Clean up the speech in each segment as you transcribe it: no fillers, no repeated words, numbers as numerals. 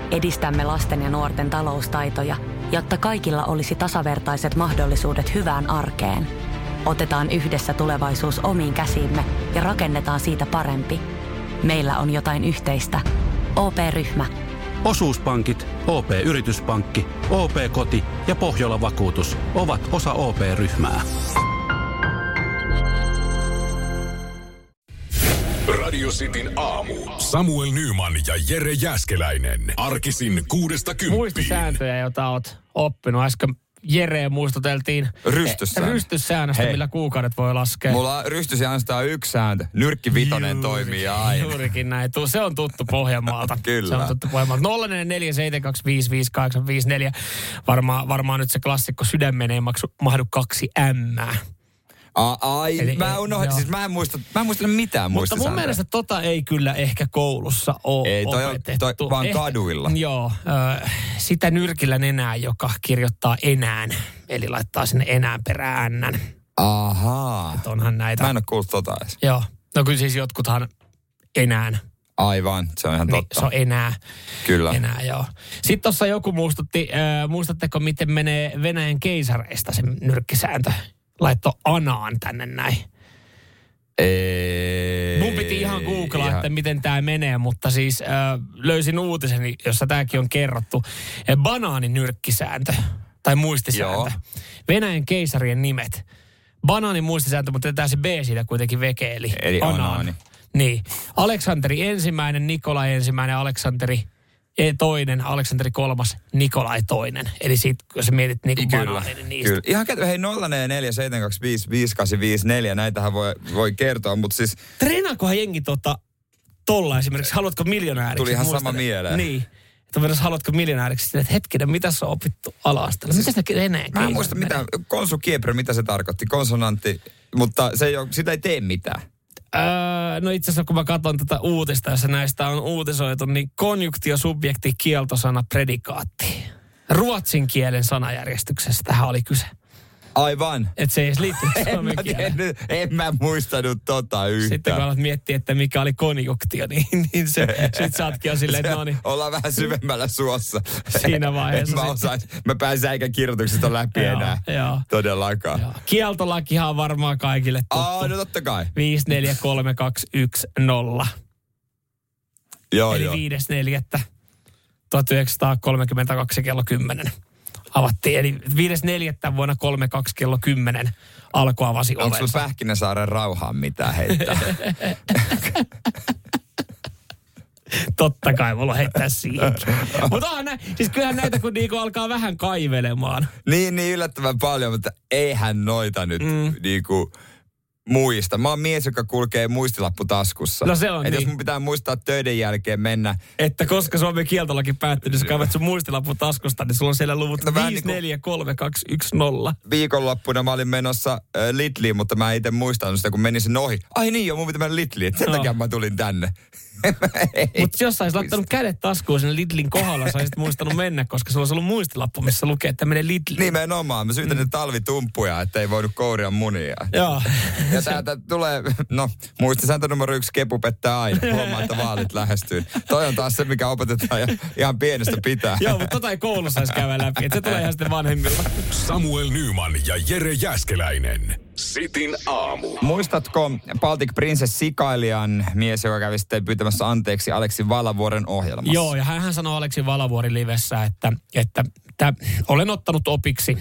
edistämme lasten ja nuorten taloustaitoja, jotta kaikilla olisi tasavertaiset mahdollisuudet hyvään arkeen. Otetaan yhdessä tulevaisuus omiin käsiimme ja rakennetaan siitä parempi. Meillä on jotain yhteistä. OP-ryhmä. Osuuspankit, OP-yrityspankki, OP-koti ja Pohjola-vakuutus ovat osa OP-ryhmää. Radio Cityn aamu. Samuel Nyman ja Jere Jääskeläinen. Arkisin 6–10. Muistisääntöjä, joita oot oppinut. Äsken Jereen muistuteltiin rystyssäännöstä, millä kuukaudet voi laskea. Mulla rystyssäännöstä on yksi sääntö. Nyrkki vitonen toimii aina. Juurikin näin. Se on tuttu Pohjanmaalta. Kyllä. Se on tuttu Pohjanmaalta. 044725584. Varmaan nyt se klassikko sydämeen ei mahdu 2 M. Eli, mä unohdin, siis mä en muista mitään muistisääntöä. Mutta mun mielestä tota ei kyllä ehkä koulussa ole opetettu. Ei, toi vaan kaduilla. Joo, sitä nyrkillä nenää, joka kirjoittaa enään. Eli laittaa sinne enään perään N. Ahaa. Et onhan näitä. Mä en ole kuullut tota edes. Joo, no kyllä siis jotkuthan enään. Aivan, se on ihan totta. Se on enää. Kyllä. Enää, joo. Sitten tuossa joku muistatteko miten menee Venäjän keisareista se nyrkkisääntö? Laitto anaan tänne näin. Mun piti ihan googlaa, että miten tämä menee, mutta siis löysin uutisen, jossa tämäkin on kerrottu. Banaanin nyrkkisääntö, tai muistisääntö. Joo. Venäjän keisarien nimet. Banaanin muistisääntö, mutta tämä se B siitä kuitenkin veke, eli anaani. Niin. Aleksanteri ensimmäinen, Nikolai ensimmäinen, Aleksanteri toinen, Aleksanteri kolmas, Nikolai toinen. Eli sit, jos sä mietit niinku banaanin, niin niistä. Kyllä. Ihan hei 044725584, näitähän voi kertoa, mutta siis... Treenaakohan jengi tolla esimerkiksi, haluatko miljonääriksi? Tuli ihan sama mieleen. Niin. Että haluatko miljonääriksi, että hetkinen, mitä sä opittu ala-asteella? Mitä sitä enää? Mä en muista mitä, konsukiepre, mitä se tarkoitti, konsonantti, mutta sitä ei tee mitään. No itse asiassa kun mä katson tätä uutista, jossa näistä on uutisoitu, niin konjunktio, subjekti, kieltosana, predikaatti. Ruotsin kielen sanajärjestyksessä tähän oli kyse. Aivan. Että se ei edes liittynyt suomen kieleen. En mä muistanut tota yhtään. Sitten kun alat miettiä, että mikä oli konjunktio, niin sit sä ootkin jo silleen, että no niin. Ollaan vähän syvemmällä suossa. Siinä vaiheessa. Mä pääsin säikän kirjoituksesta läpi enää. Joo. Todellakaan. Joo. Kieltolakihan on varmaan kaikille tuttu. No totta kai. 543210. Joo, eli 5.4.1932 kello 10. Avattiin, eli 5.4. vuonna 32 kello 10 alkoi avasi ovensa. Onko sulla Pähkinäsaaren rauhaan mitään heittää? Totta kai, mulla heittää siihenkin. Mutta siis kyllähän näitä, kun niinku alkaa vähän kaivelemaan. Niin yllättävän paljon, mutta eihän noita nyt niinku... muista. Mä oon mies, joka kulkee muistilappu taskussa. No se on niin. Jos mun pitää muistaa töiden jälkeen mennä. Että koska Suomen kieltolaki päättyy, niin sä kaivat sun muistilappu taskusta, niin sulla on siellä luvut 543210. Viikonloppuna mä olin menossa Lidliin, mutta mä en itse muistanut sitä, kun menin sen ohi. Ai niin, mun pitää mennä Lidliin. Sen takia mä tulin tänne. Mutta jos saisit laittanut kädet taskuun sen Lidlin kohdalla, saisit muistanut mennä, koska sulla olisi ollut muistilappu, missä lukee, että menee Lidliin. Nimenomaan. Mä syytän ne talvitumppuja, ettei voinut kouria munia. Joo. Ja täältä tulee, muistisääntö numero 1, kepu pettää aina. Huomaa, että vaalit lähestyy. Toi on taas se, mikä opetetaan ja ihan pienestä pitää. Joo, mutta tota ei koulussa edes käydä läpi. Että se tulee ihan sitten vanhemmilla. Samuel Nyman ja Jere Jääskeläinen. Cityn aamu. Muistatko Baltic Princess Sikailijan mies, joka kävi sitten pyytämässä anteeksi Aleksi Valavuoren ohjelmassa? Joo, ja hän sanoi Aleksi Valavuori livessä, että olen ottanut opiksi,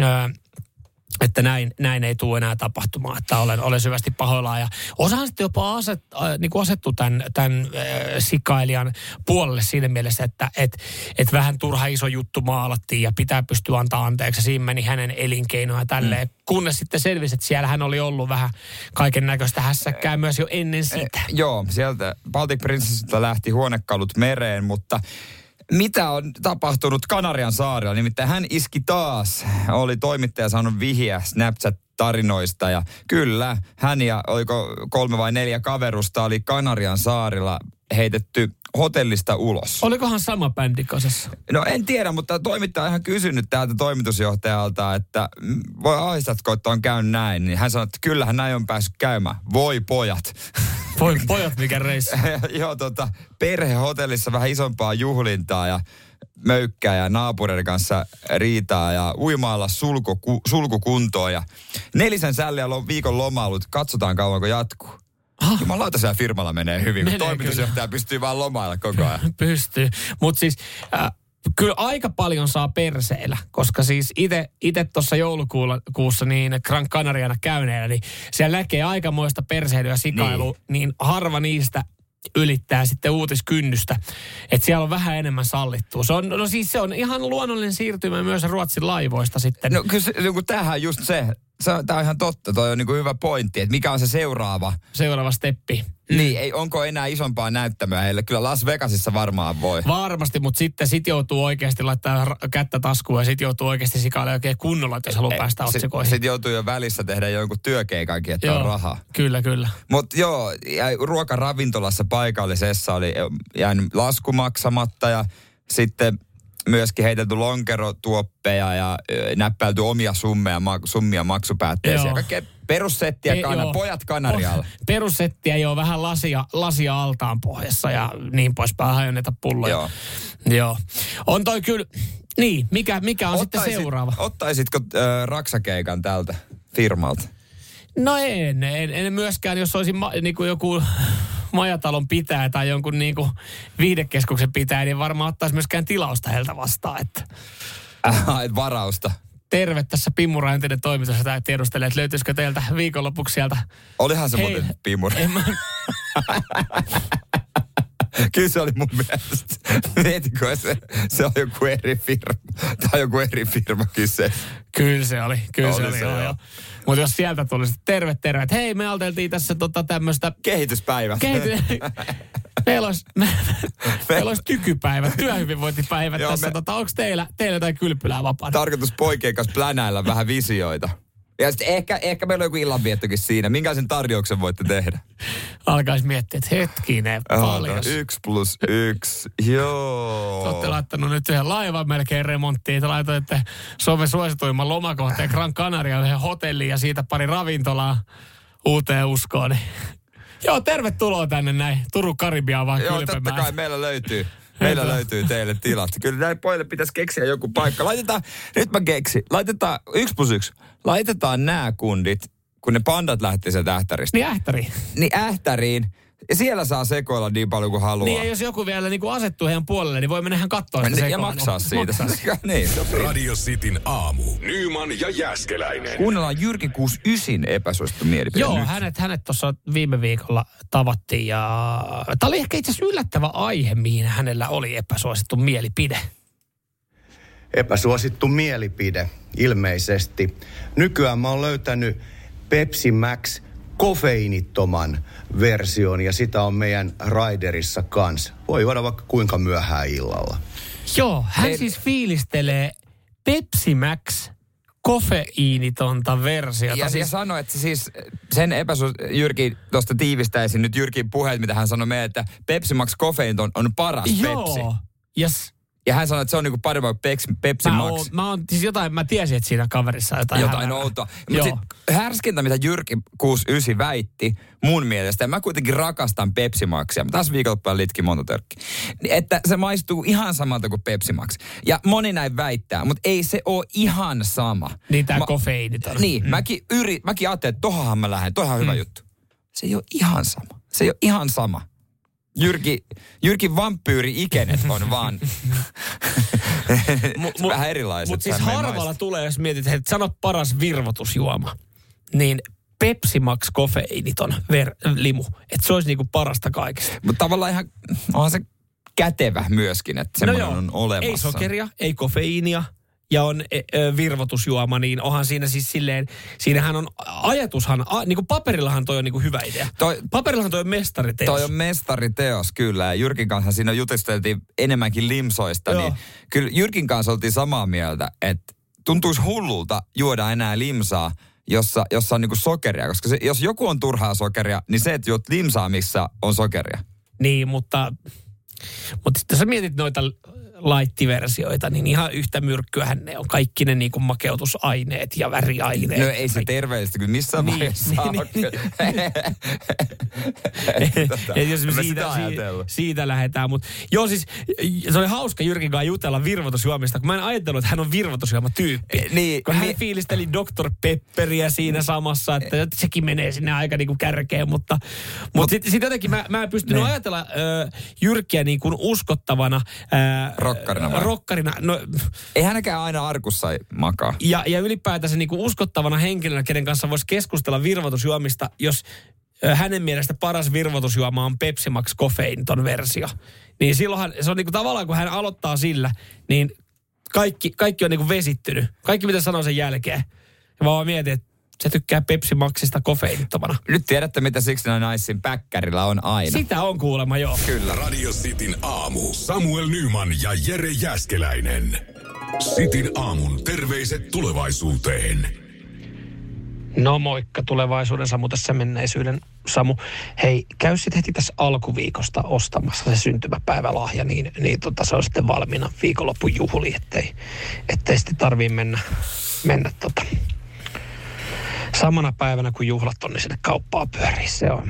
että näin ei tule enää tapahtumaan, että olen syvästi pahoillaan. Ja osahan sitten jopa asettu tämän sikailijan puolelle siinä mielessä, että vähän turha iso juttu maalattiin ja pitää pystyä antaa anteeksi. Siinä meni hänen elinkeinoa ja tälleen. Kunnes sitten selvisi, että siellä hän oli ollut vähän kaiken näköistä hässäkkää myös jo ennen sitä. Joo, sieltä Baltic Princessilta lähti huonekalut mereen, mutta... Mitä on tapahtunut Kanarian saarella? Nimittäin hän iski taas. Oli toimittaja saanut vihjeä Snapchat-tarinoista ja kyllä, hän ja oliko 3 vai 4 kaverusta oli Kanarian saarilla heitetty hotellista ulos. Olikohan sama bändi kasassa? No en tiedä, mutta toimittaja on ihan kysynyt täältä toimitusjohtajalta, että voi aistatko, että on käynyt näin. Niin hän sanoi, että kyllähän näin on päässyt käymään. Voi pojat. Pojat, mikä reissu. Joo, perhehotellissa vähän isompaa juhlintaa ja möykkää ja naapureiden kanssa riitaa ja uimaalla sulkukuntoon. Ja 4 sälliä viikon lomailut, katsotaan kauanko jatkuu. Jumalauta, siellä firmalla menee hyvin, kun toimitusjohtaja pystyy vaan lomailla koko ajan. Pystyy, mutta siis kyllä aika paljon saa perseillä, koska siis itse tuossa joulukuussa niin Gran Canariana käyneenä, niin siellä näkee aikamoista perseilyä ja sikailua, niin harva niistä ylittää sitten uutiskynnystä, että siellä on vähän enemmän sallittua. Se on ihan luonnollinen siirtymä myös Ruotsin laivoista sitten. No kyllä tämähän on just tämä on ihan totta, toi on niin kuin hyvä pointti, että mikä on se seuraava steppi. Niin, onko enää isompaa näyttämöä heille? Kyllä Las Vegasissa varmaan voi. Varmasti, mutta sitten joutuu oikeasti laittaa kättä taskuun ja sitten joutuu oikeasti sikailemaan oikein kunnolla, jos haluaa päästä otsikoihin. Sitten joutuu jo välissä tehdä jonkun työkeikankin, että on rahaa. Kyllä. Mutta ruokaravintolassa paikallisessa oli jäänyt lasku maksamatta ja sitten myöskin heitelty lonkerotuoppeja ja näppäilty omia summia maksupäätteisiä. Kaikkea perussettiä pojat Kanarialla. Perussettiä vähän lasia altaan pohjassa ja niin poispäin hajonneta pulloja. Joo. On toi kyllä, niin, mikä on sitten seuraava? Ottaisitko raksakeikan tältä firmalta? No en myöskään, jos olisin niinku joku majatalon pitää tai jonkun niinku viihdekeskuksen pitää, niin varmaan ottaisi myöskään tilausta heiltä vastaan. Että varausta. Terve, tässä Pimmura entinen toimitus, jota tiedustelee, että löytyisikö teiltä viikonlopuksi sieltä. Olihan se muuten Pimmura. Kyllä se oli mun mielestä. Mietitkö, se on joku eri firma. Tai joku eri firmakin se. Kyllä se oli. Joo. Mutta jos sieltä tuli sitten terve. Hei, me ajateltiin tässä tämmöistä kehityspäivä. Meillä olisi tykypäivä, työhyvinvointipäivä tässä. Onko teillä jotain kylpylää vapaana? Tarkoitus poikien kanssa plänäillä vähän visioita. Ja sitten ehkä meillä on joku illanviettokin siinä. Minkälaisen tarjouksen voitte tehdä? Alkaisi miettiä, että hetkinen, paljon. 1+1, joo. Olette laittanut nyt yhden laivan melkein remonttiin. Te laitoitte Suomen suosituimman lomakohteen Gran Canaria yhden hotelliin ja siitä pari ravintolaa uuteen uskoon. Niin. Joo, tervetuloa tänne näin Turun Karibiaan vaan kylpemään. Joo, totta kai meillä löytyy. Meillä löytyy teille tilat. Kyllä näin pojille pitäisi keksiä joku paikka. Nyt mä keksin. Laitetaan 1+1. Laitetaan nämä kundit, kun ne pandat lähti sieltä ähtäristä. Niin ähtäriin. Ja siellä saa sekoilla niin paljon kuin haluaa. Niin ja jos joku vielä niin kuin asettuu heidän puolelle, niin voi mennä ihan katsoa sitä sekoilua. Ja maksaa siitä. Niin. Radio Cityn aamu. Nyman ja Jääskeläinen. Kuunnellaan Jyrki 69 epäsuosittu mielipide. Joo, hänet tuossa viime viikolla tavattiin ja tämä oli ehkä itse asiassa yllättävä aihe, mihin hänellä oli epäsuosittu mielipide. Epäsuosittu mielipide, ilmeisesti. Nykyään mä oon löytänyt Pepsi Max kofeiinittoman version ja sitä on meidän Riderissa kanssa. Voi juoda vaikka kuinka myöhään illalla. Joo, hän siis fiilistelee Pepsi Max kofeiinitonta versiota. Ja sanoi, että siis sen Jyrki tuosta tiivistäisin nyt Jyrkin puheet, mitä hän sanoi meille, että Pepsi Max kofeiiniton on paras Pepsi. Joo, yes. Ja hän sanoi, että se on niinku parempi Pepsi Max. Mä tiesin, että siinä kaverissa jotain outoa. Mutta sitten härskintä, mitä Jyrki 69 väitti mun mielestä, ja mä kuitenkin rakastan Pepsi Maxia. Mä taas viikonloppuna litkin monta törkkiä. Että se maistuu ihan samalta kuin Pepsi Max. Ja moni näin väittää, mutta ei se ole ihan sama. Niin tää kofeiiniton. Niin, mäkin ajattelin, että tohahan mä lähden, toihan on hyvä juttu. Se ei ole ihan sama. Jyrki vampyyri-ikenet on vaan vähän erilaiset. Mutta siis harvalla tulee, jos mietit, että sano paras virvotusjuoma, niin Pepsi Max kofeiiniton limu. Että se olisi niinku parasta kaikista. Mutta tavallaan ihan, onhan se kätevä myöskin, että semmoinen on olemassa. Ei sokeria, ei kofeiinia. Ja on virvotusjuoma, niin onhan siinä siis silleen, siinähän on ajatushan, niin kuin paperillahan toi on niin kuin hyvä idea. Paperillahan toi on mestariteos. Toi on mestariteos, kyllä. Ja Jyrkin kanssa siinä jutusteltiin enemmänkin limsoista, joo. Niin kyllä Jyrkin kanssa oltiin samaa mieltä, että tuntuisi hullulta juoda enää limsaa, jossa on niin kuin sokeria. Koska jos joku on turhaa sokeria, niin se, että juot limsaa, missä on sokeria. Niin, mutta sitten sä mietit noita light-versioita, niin ihan yhtä myrkkyähän ne on. Kaikki ne niinku makeutusaineet ja väriaineet. No ei se terveellistä, kyllä missään vaiheessa saa. Jos siitä lähdetään. Mutta joo, siis se oli hauska Jyrkin kanssa jutella virvoitusjuomista, kun mä en ajatellut, että hän on virvoitusjuomatyyppi. Niin, kun hän fiilisteli Dr. Pepperiä siinä samassa, että sekin menee sinne aika niinku kärkeen, mutta sitten jotenkin mä en pystynyt ajatella Jyrkkiä niin kuin uskottavana rokkarina. No, ei hänäkään aina arkussa makaa. Ja ylipäätänsä niin kuin uskottavana henkilönä, kenen kanssa voisi keskustella virvoitusjuomista, jos hänen mielestä paras virvoitusjuoma on Pepsi Max kofeiiniton versio. Niin silloinhan se on niin kuin tavallaan, kun hän aloittaa sillä, niin kaikki on niin kuin vesittynyt. Kaikki mitä sanoo sen jälkeen. Ja vaan mietin, että se tykkää Pepsi Maxista kofeiinittomana. Nyt tiedätte, mitä Sixten and Icein päkkärillä on aina. Sitä on kuulemma, joo. Kyllä. Radio Cityn aamu. Samuel Nyman ja Jere Jääskeläinen. Cityn aamun terveiset tulevaisuuteen. No moikka, tulevaisuuden Samu tässä, menneisyyden Samu. Hei, käy sitten heti tässä alkuviikosta ostamassa se syntymäpäivälahja, niin se on sitten valmiina viikonlopun juhliin, ettei sitten tarvii mennä samana päivänä, kun juhlat on, niin sinne kauppaan pyörii.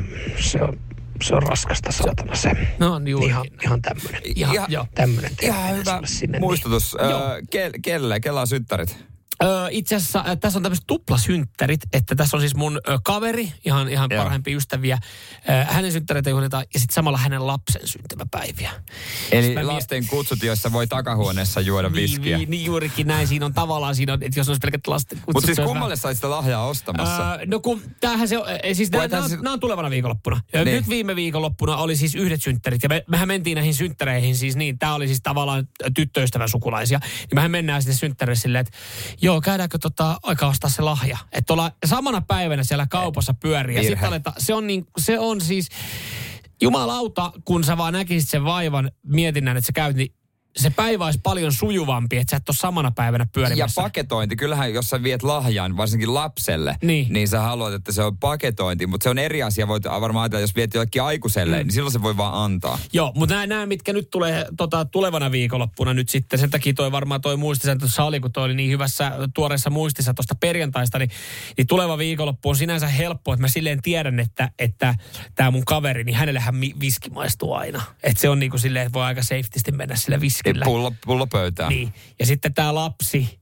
Se on raskasta saatana se. No ihan tämmöinen. Tämmöinen ihan hyvä sinne, muistutus. Kellä on synttärit? Itse asiassa tässä on tämmöiset tuplasynttärit, että tässä on siis mun kaveri, ihan parhaimpia ystäviä. Hänen synttäreitä juhlitaan ja sitten samalla hänen lapsen syntymäpäiviä. Eli lasten kutsut, joissa voi takahuoneessa juoda viskiä. Niin juurikin näin. Siinä on tavallaan, että jos olisi pelkät lasten kutsut. Mutta siis kummalle sait sitä lahjaa ostamassa? No kun tämähän se on, siis nämä on tulevana viikonloppuna. Niin. Nyt viime viikonloppuna oli siis yhdet synttärit ja mehän mentiin näihin synttäreihin siis niin. Tämä oli siis tavallaan tyttöystävän sukulaisia. Niin mehän mennään sitten synttäreihin silleen, että joo, käydäänkö aika ostaa se lahja. Että ollaan samana päivänä siellä kaupassa pyörii. Ja sitten se on siis, jumalauta, kun sä vaan näkisit sen vaivan mietinnän, että sä käyt, niin se päivä olisi paljon sujuvampi, että sä et ole samana päivänä pyörimässä. Ja paketointi, kyllähän jos sä viet lahjan, varsinkin lapselle, niin sä haluat, että se on paketointi. Mutta se on eri asia, voit varmaan ajatella, jos viet jollekin aikuiselle, niin silloin se voi vaan antaa. Joo, mutta nämä mitkä nyt tulee tulevana viikonloppuna nyt sitten, sen takia toi muistisääntö tuossa oli, kun toi oli niin hyvässä tuoreessa muistissa tuosta perjantaista, niin tuleva viikonloppu on sinänsä helppo, että mä silleen tiedän, että tämä mun kaveri, niin hänellähän viski maistuu aina. Että se on niin kuin silleen, että voi aika safetysti mennä sillä viskillä. Pullo pöytään. Niin. Ja sitten tämä lapsi,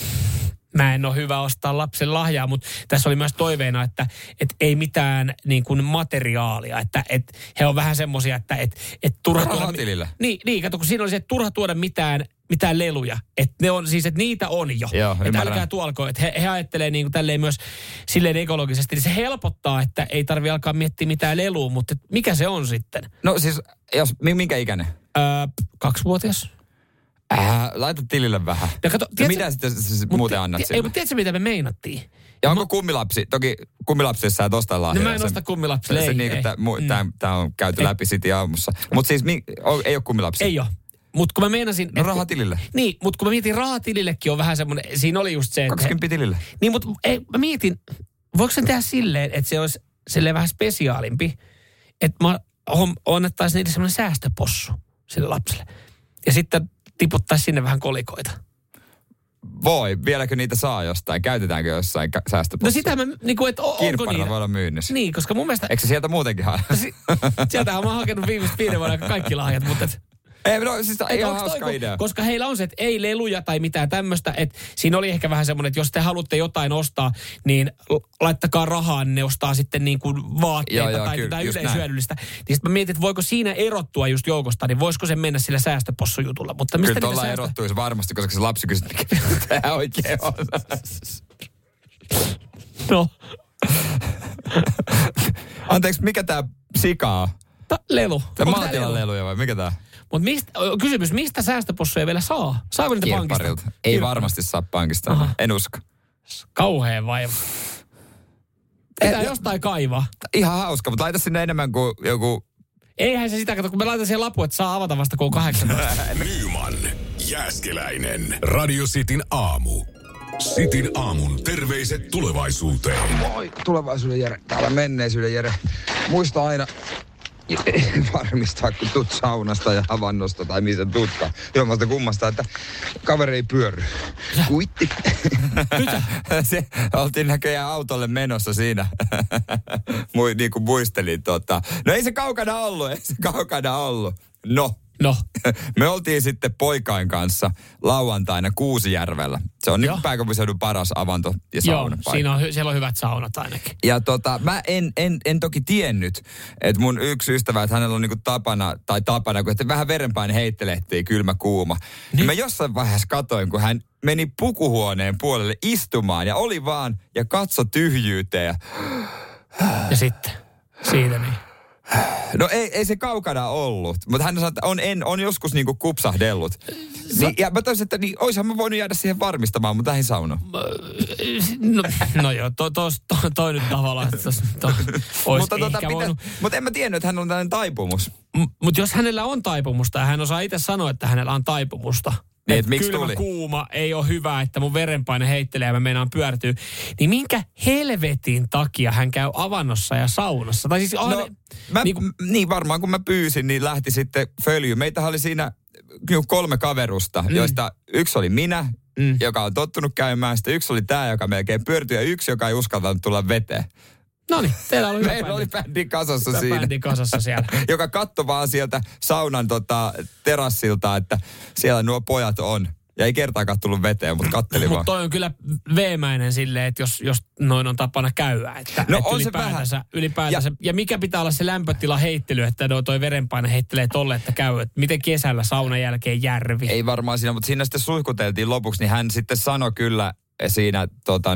mä en ole hyvä ostaa lapsen lahjaa, mutta tässä oli myös toiveena, että ei mitään niin kuin materiaalia. Että he on vähän semmoisia, että turha tuoda... Niin, kato, kun siinä oli se, että turha tuoda mitään leluja. Että ne on siis, että niitä on jo. Joo, että älkää tuolko. Että he ajattelee niin kuin tälleen myös silleen ekologisesti. Niin se helpottaa, että ei tarvitse alkaa miettiä mitään lelua, mutta mikä se on sitten? No siis, minkä ikäinen? 2-vuotias. Laita tilille vähän. Ja kato, mitä sitten muuten annat sille? Ei, mutta tiedätkö mitä me meinattiin? Ja onko kummilapsi? Toki kummilapsi saa tosta lahjaa. No mä en osta kummilapsia. Tämä on käyty läpi sitten aamussa. Mutta siis ei ole kummilapsi? Ei ole. Mutta kun mä meinasin... No rahatilille. Niin, mutta kun mä mietin rahatilillekin on vähän semmoinen... Siinä oli just se, että... 20 tilille. Niin, mutta mä mietin, voiko sen tehdä silleen, että se olisi silleen vähän spesiaalimpi, että mä annettaisiin niille semmoinen säästöpossu sille lapselle. Ja sitten tiputtaisiin sinne vähän kolikoita. Voi, vieläkö niitä saa jostain? Käytetäänkö jossain säästöpossuja? No sitä mä, niinku, että onko niitä? Kirpparilla voi olla myynnissä. Niin, koska mun mielestä... Eikö se sieltä muutenkin hae? Sieltähän mä oon hakenut viimeiset 5 vuoden kaikki lahjat, mutta... Ei, no siis ihan hauska idea. Koska heillä on se, että ei leluja tai mitään tämmöistä, että siinä oli ehkä vähän semmoinen, että jos te haluatte jotain ostaa, niin laittakaa rahaa, niin ne ostaa sitten niin kuin vaatteita tai jotain yleishyödyllistä. Niin sitten mä mietin, että voiko siinä erottua just joukosta, niin voisiko se mennä sillä säästöpossujutulla. Mutta mistä kyllä tuolla erottuisi varmasti, koska se lapsi kysyy, mikä tämä oikein on. No. Anteeksi, mikä tämä sika on? Lelu. Tämä maatilan leluja vai mikä tämä? Mutta kysymys, mistä säästöpossuja vielä saa? Saako niitä pankista? Ei varmasti saa pankista. Aha. En usko. Kauhea vaiva. Pitää jostain kaivaa. Ihan hauska, mutta laita sinne enemmän kuin joku... Eihän se sitä kato, kun me laitan siihen lapun, että saa avata vasta kun on 18. Nyman, Jääskeläinen. Radio Cityn aamu. Cityn aamun terveiset tulevaisuuteen. Moi, tulevaisuuden Jere. Täällä menneisyyden Jere. Muista aina varmistaa, kun tuut saunasta ja avannosta tai mistä tuutkaan. Jommasta kummasta, että kaveri ei pyörry. Kuitti. Se oltiin näköjään autolle menossa siinä. Niin kuin muistelin No ei se kaukana ollut. No. Me oltiin sitten poikain kanssa lauantaina Kuusijärvellä. Se on niin pääkaupunkiseudun paras avanto- ja saunapaikka. Joo, siellä on hyvät saunat ainakin. Ja mä en toki tiennyt, että mun yksi ystävä, että hänellä on niinku tapana, kun että vähän verenpaine heittelehtii, kylmä kuuma. Niin mä jossain vaiheessa katoin, kun hän meni pukuhuoneen puolelle istumaan ja oli vaan ja katso tyhjyyteen. Ja sitten, siitä niin. No ei se kaukana ollut, mutta hän sanoi, että on joskus niinku kupsahdellut. Ja mä toisin, että oishan mä voinut jäädä siihen varmistamaan, mutta lähdin saunaan. No joo, toi nyt tavallaan, että olisi ehkä voinut. Mutta en mä tiennyt, että hänellä on tällainen taipumus. Mutta jos hänellä on taipumusta ja hän osaa itse sanoa, että hänellä on taipumusta, niin, että kylmä tuli? Kuuma ei ole hyvä, että mun verenpaine heittelee ja mä meinaan pyörtyy. Niin minkä helvetin takia hän käy avannossa ja saunassa? Tai siis niin varmaan kun mä pyysin, niin lähti sitten följy. Meitähän oli siinä 3 kaverusta, joista yksi oli minä, joka on tottunut käymään. Sitten yksi oli tää, joka melkein pyörtyi ja yksi, joka ei uskaltanut tulla veteen. No niin, teillä oli meillä oli bändi kasassa siinä. Bändi kasassa siellä. Joka katsoi vaan sieltä saunan terassilta, että siellä nuo pojat on. Ja ei kertaakaan tullut veteen, mutta katteli vaan. Mutta toi on kyllä veemäinen silleen, että jos noin on tapana käydä. Että on se ylipäätänsä. Ja mikä pitää olla se lämpötila heittely, että toi verenpaine heittelee tolle, että käy. Että miten kesällä saunan jälkeen järvi? Ei varmaan siinä, mutta siinä sitten suihkuteltiin lopuksi, niin hän sitten sanoi kyllä siinä,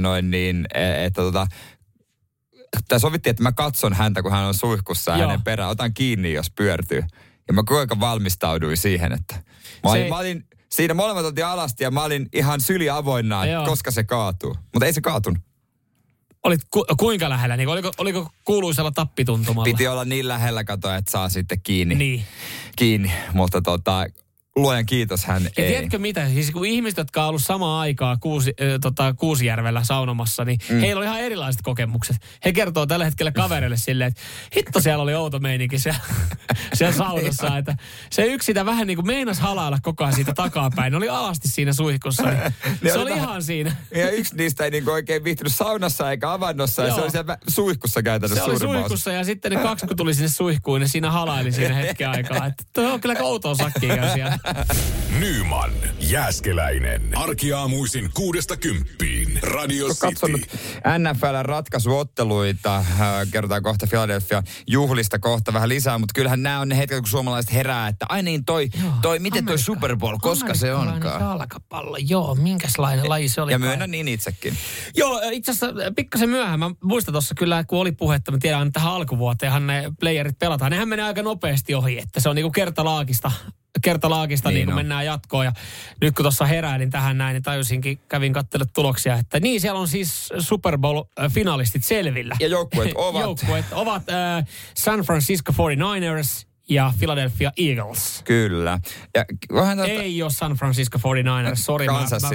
että sovittiin, että mä katson häntä, kun hän on suihkussa ja hänen perään. Otan kiinni, jos pyörtyy. Ja mä kuinka valmistauduin siihen, että mä olin siinä molemmat oltiin alasti ja mä olin ihan syli avoinna, koska se kaatuu. Mutta ei se kaatunut. Olit kuinka lähellä? Niin, oliko kuuluisella tappituntumalla? Piti olla niin lähellä, kato, että saa sitten kiinni. Niin. Kiinni, mutta luojan kiitos, hän ei. Ja tiedätkö mitä? Siis kun ihmiset, jotka on ollut samaan aikaan Kuusijärvellä saunomassa, niin heillä on ihan erilaiset kokemukset. He kertoo tällä hetkellä kavereille silleen, että hitto siellä oli outo meininki siellä saunassa. Että se yksi sitä vähän niin kuin meinas halailla koko ajan siitä takapäin. Ne oli alasti siinä suihkussa. Niin se oli ihan siinä. Ja yksi niistä ei niin oikein viihtynyt saunassa eikä avannossa. Ja se oli siellä suihkussa käytännössä suurin. Se oli suihkussa ja sitten ne 2, kun tuli sinne suihkuun, niin siinä halaili siinä hetken aikaa. Että toi on kyllä outoa sakkia siellä. Nyman, Jääskeläinen. Arkiaamuisin 6–10. Radio City. Katsonut NFL:n ratkaisuotteluita. Kerrotaan kohta Philadelphia juhlista kohta vähän lisää, mutta kyllähän nämä on ne hetket, kun suomalaiset herää, että ai niin miten toi Super Bowl, koska se onkaan? Jalkapallo, minkälainen laji se oli? Ja myönnän niin itsekin. Joo, itse asiassa pikkasen myöhään. Mä muistan tuossa kyllä, kun oli puhetta, mä tiedän, tähän alkuvuoteenhan ne playerit pelataan. Nehän menee aika nopeasti ohi, että se on niinku kertalaakista niin kuin mennään jatkoon. Ja nyt kun tuossa heräilin tähän näin, niin tajusinkin, kävin katsella tuloksia, että niin siellä on siis Super Bowl-finalistit selvillä. Ja joukkueet ovat San Francisco 49ers ja Philadelphia Eagles. Kyllä. Ja ei ole San Francisco 49ers, sorry.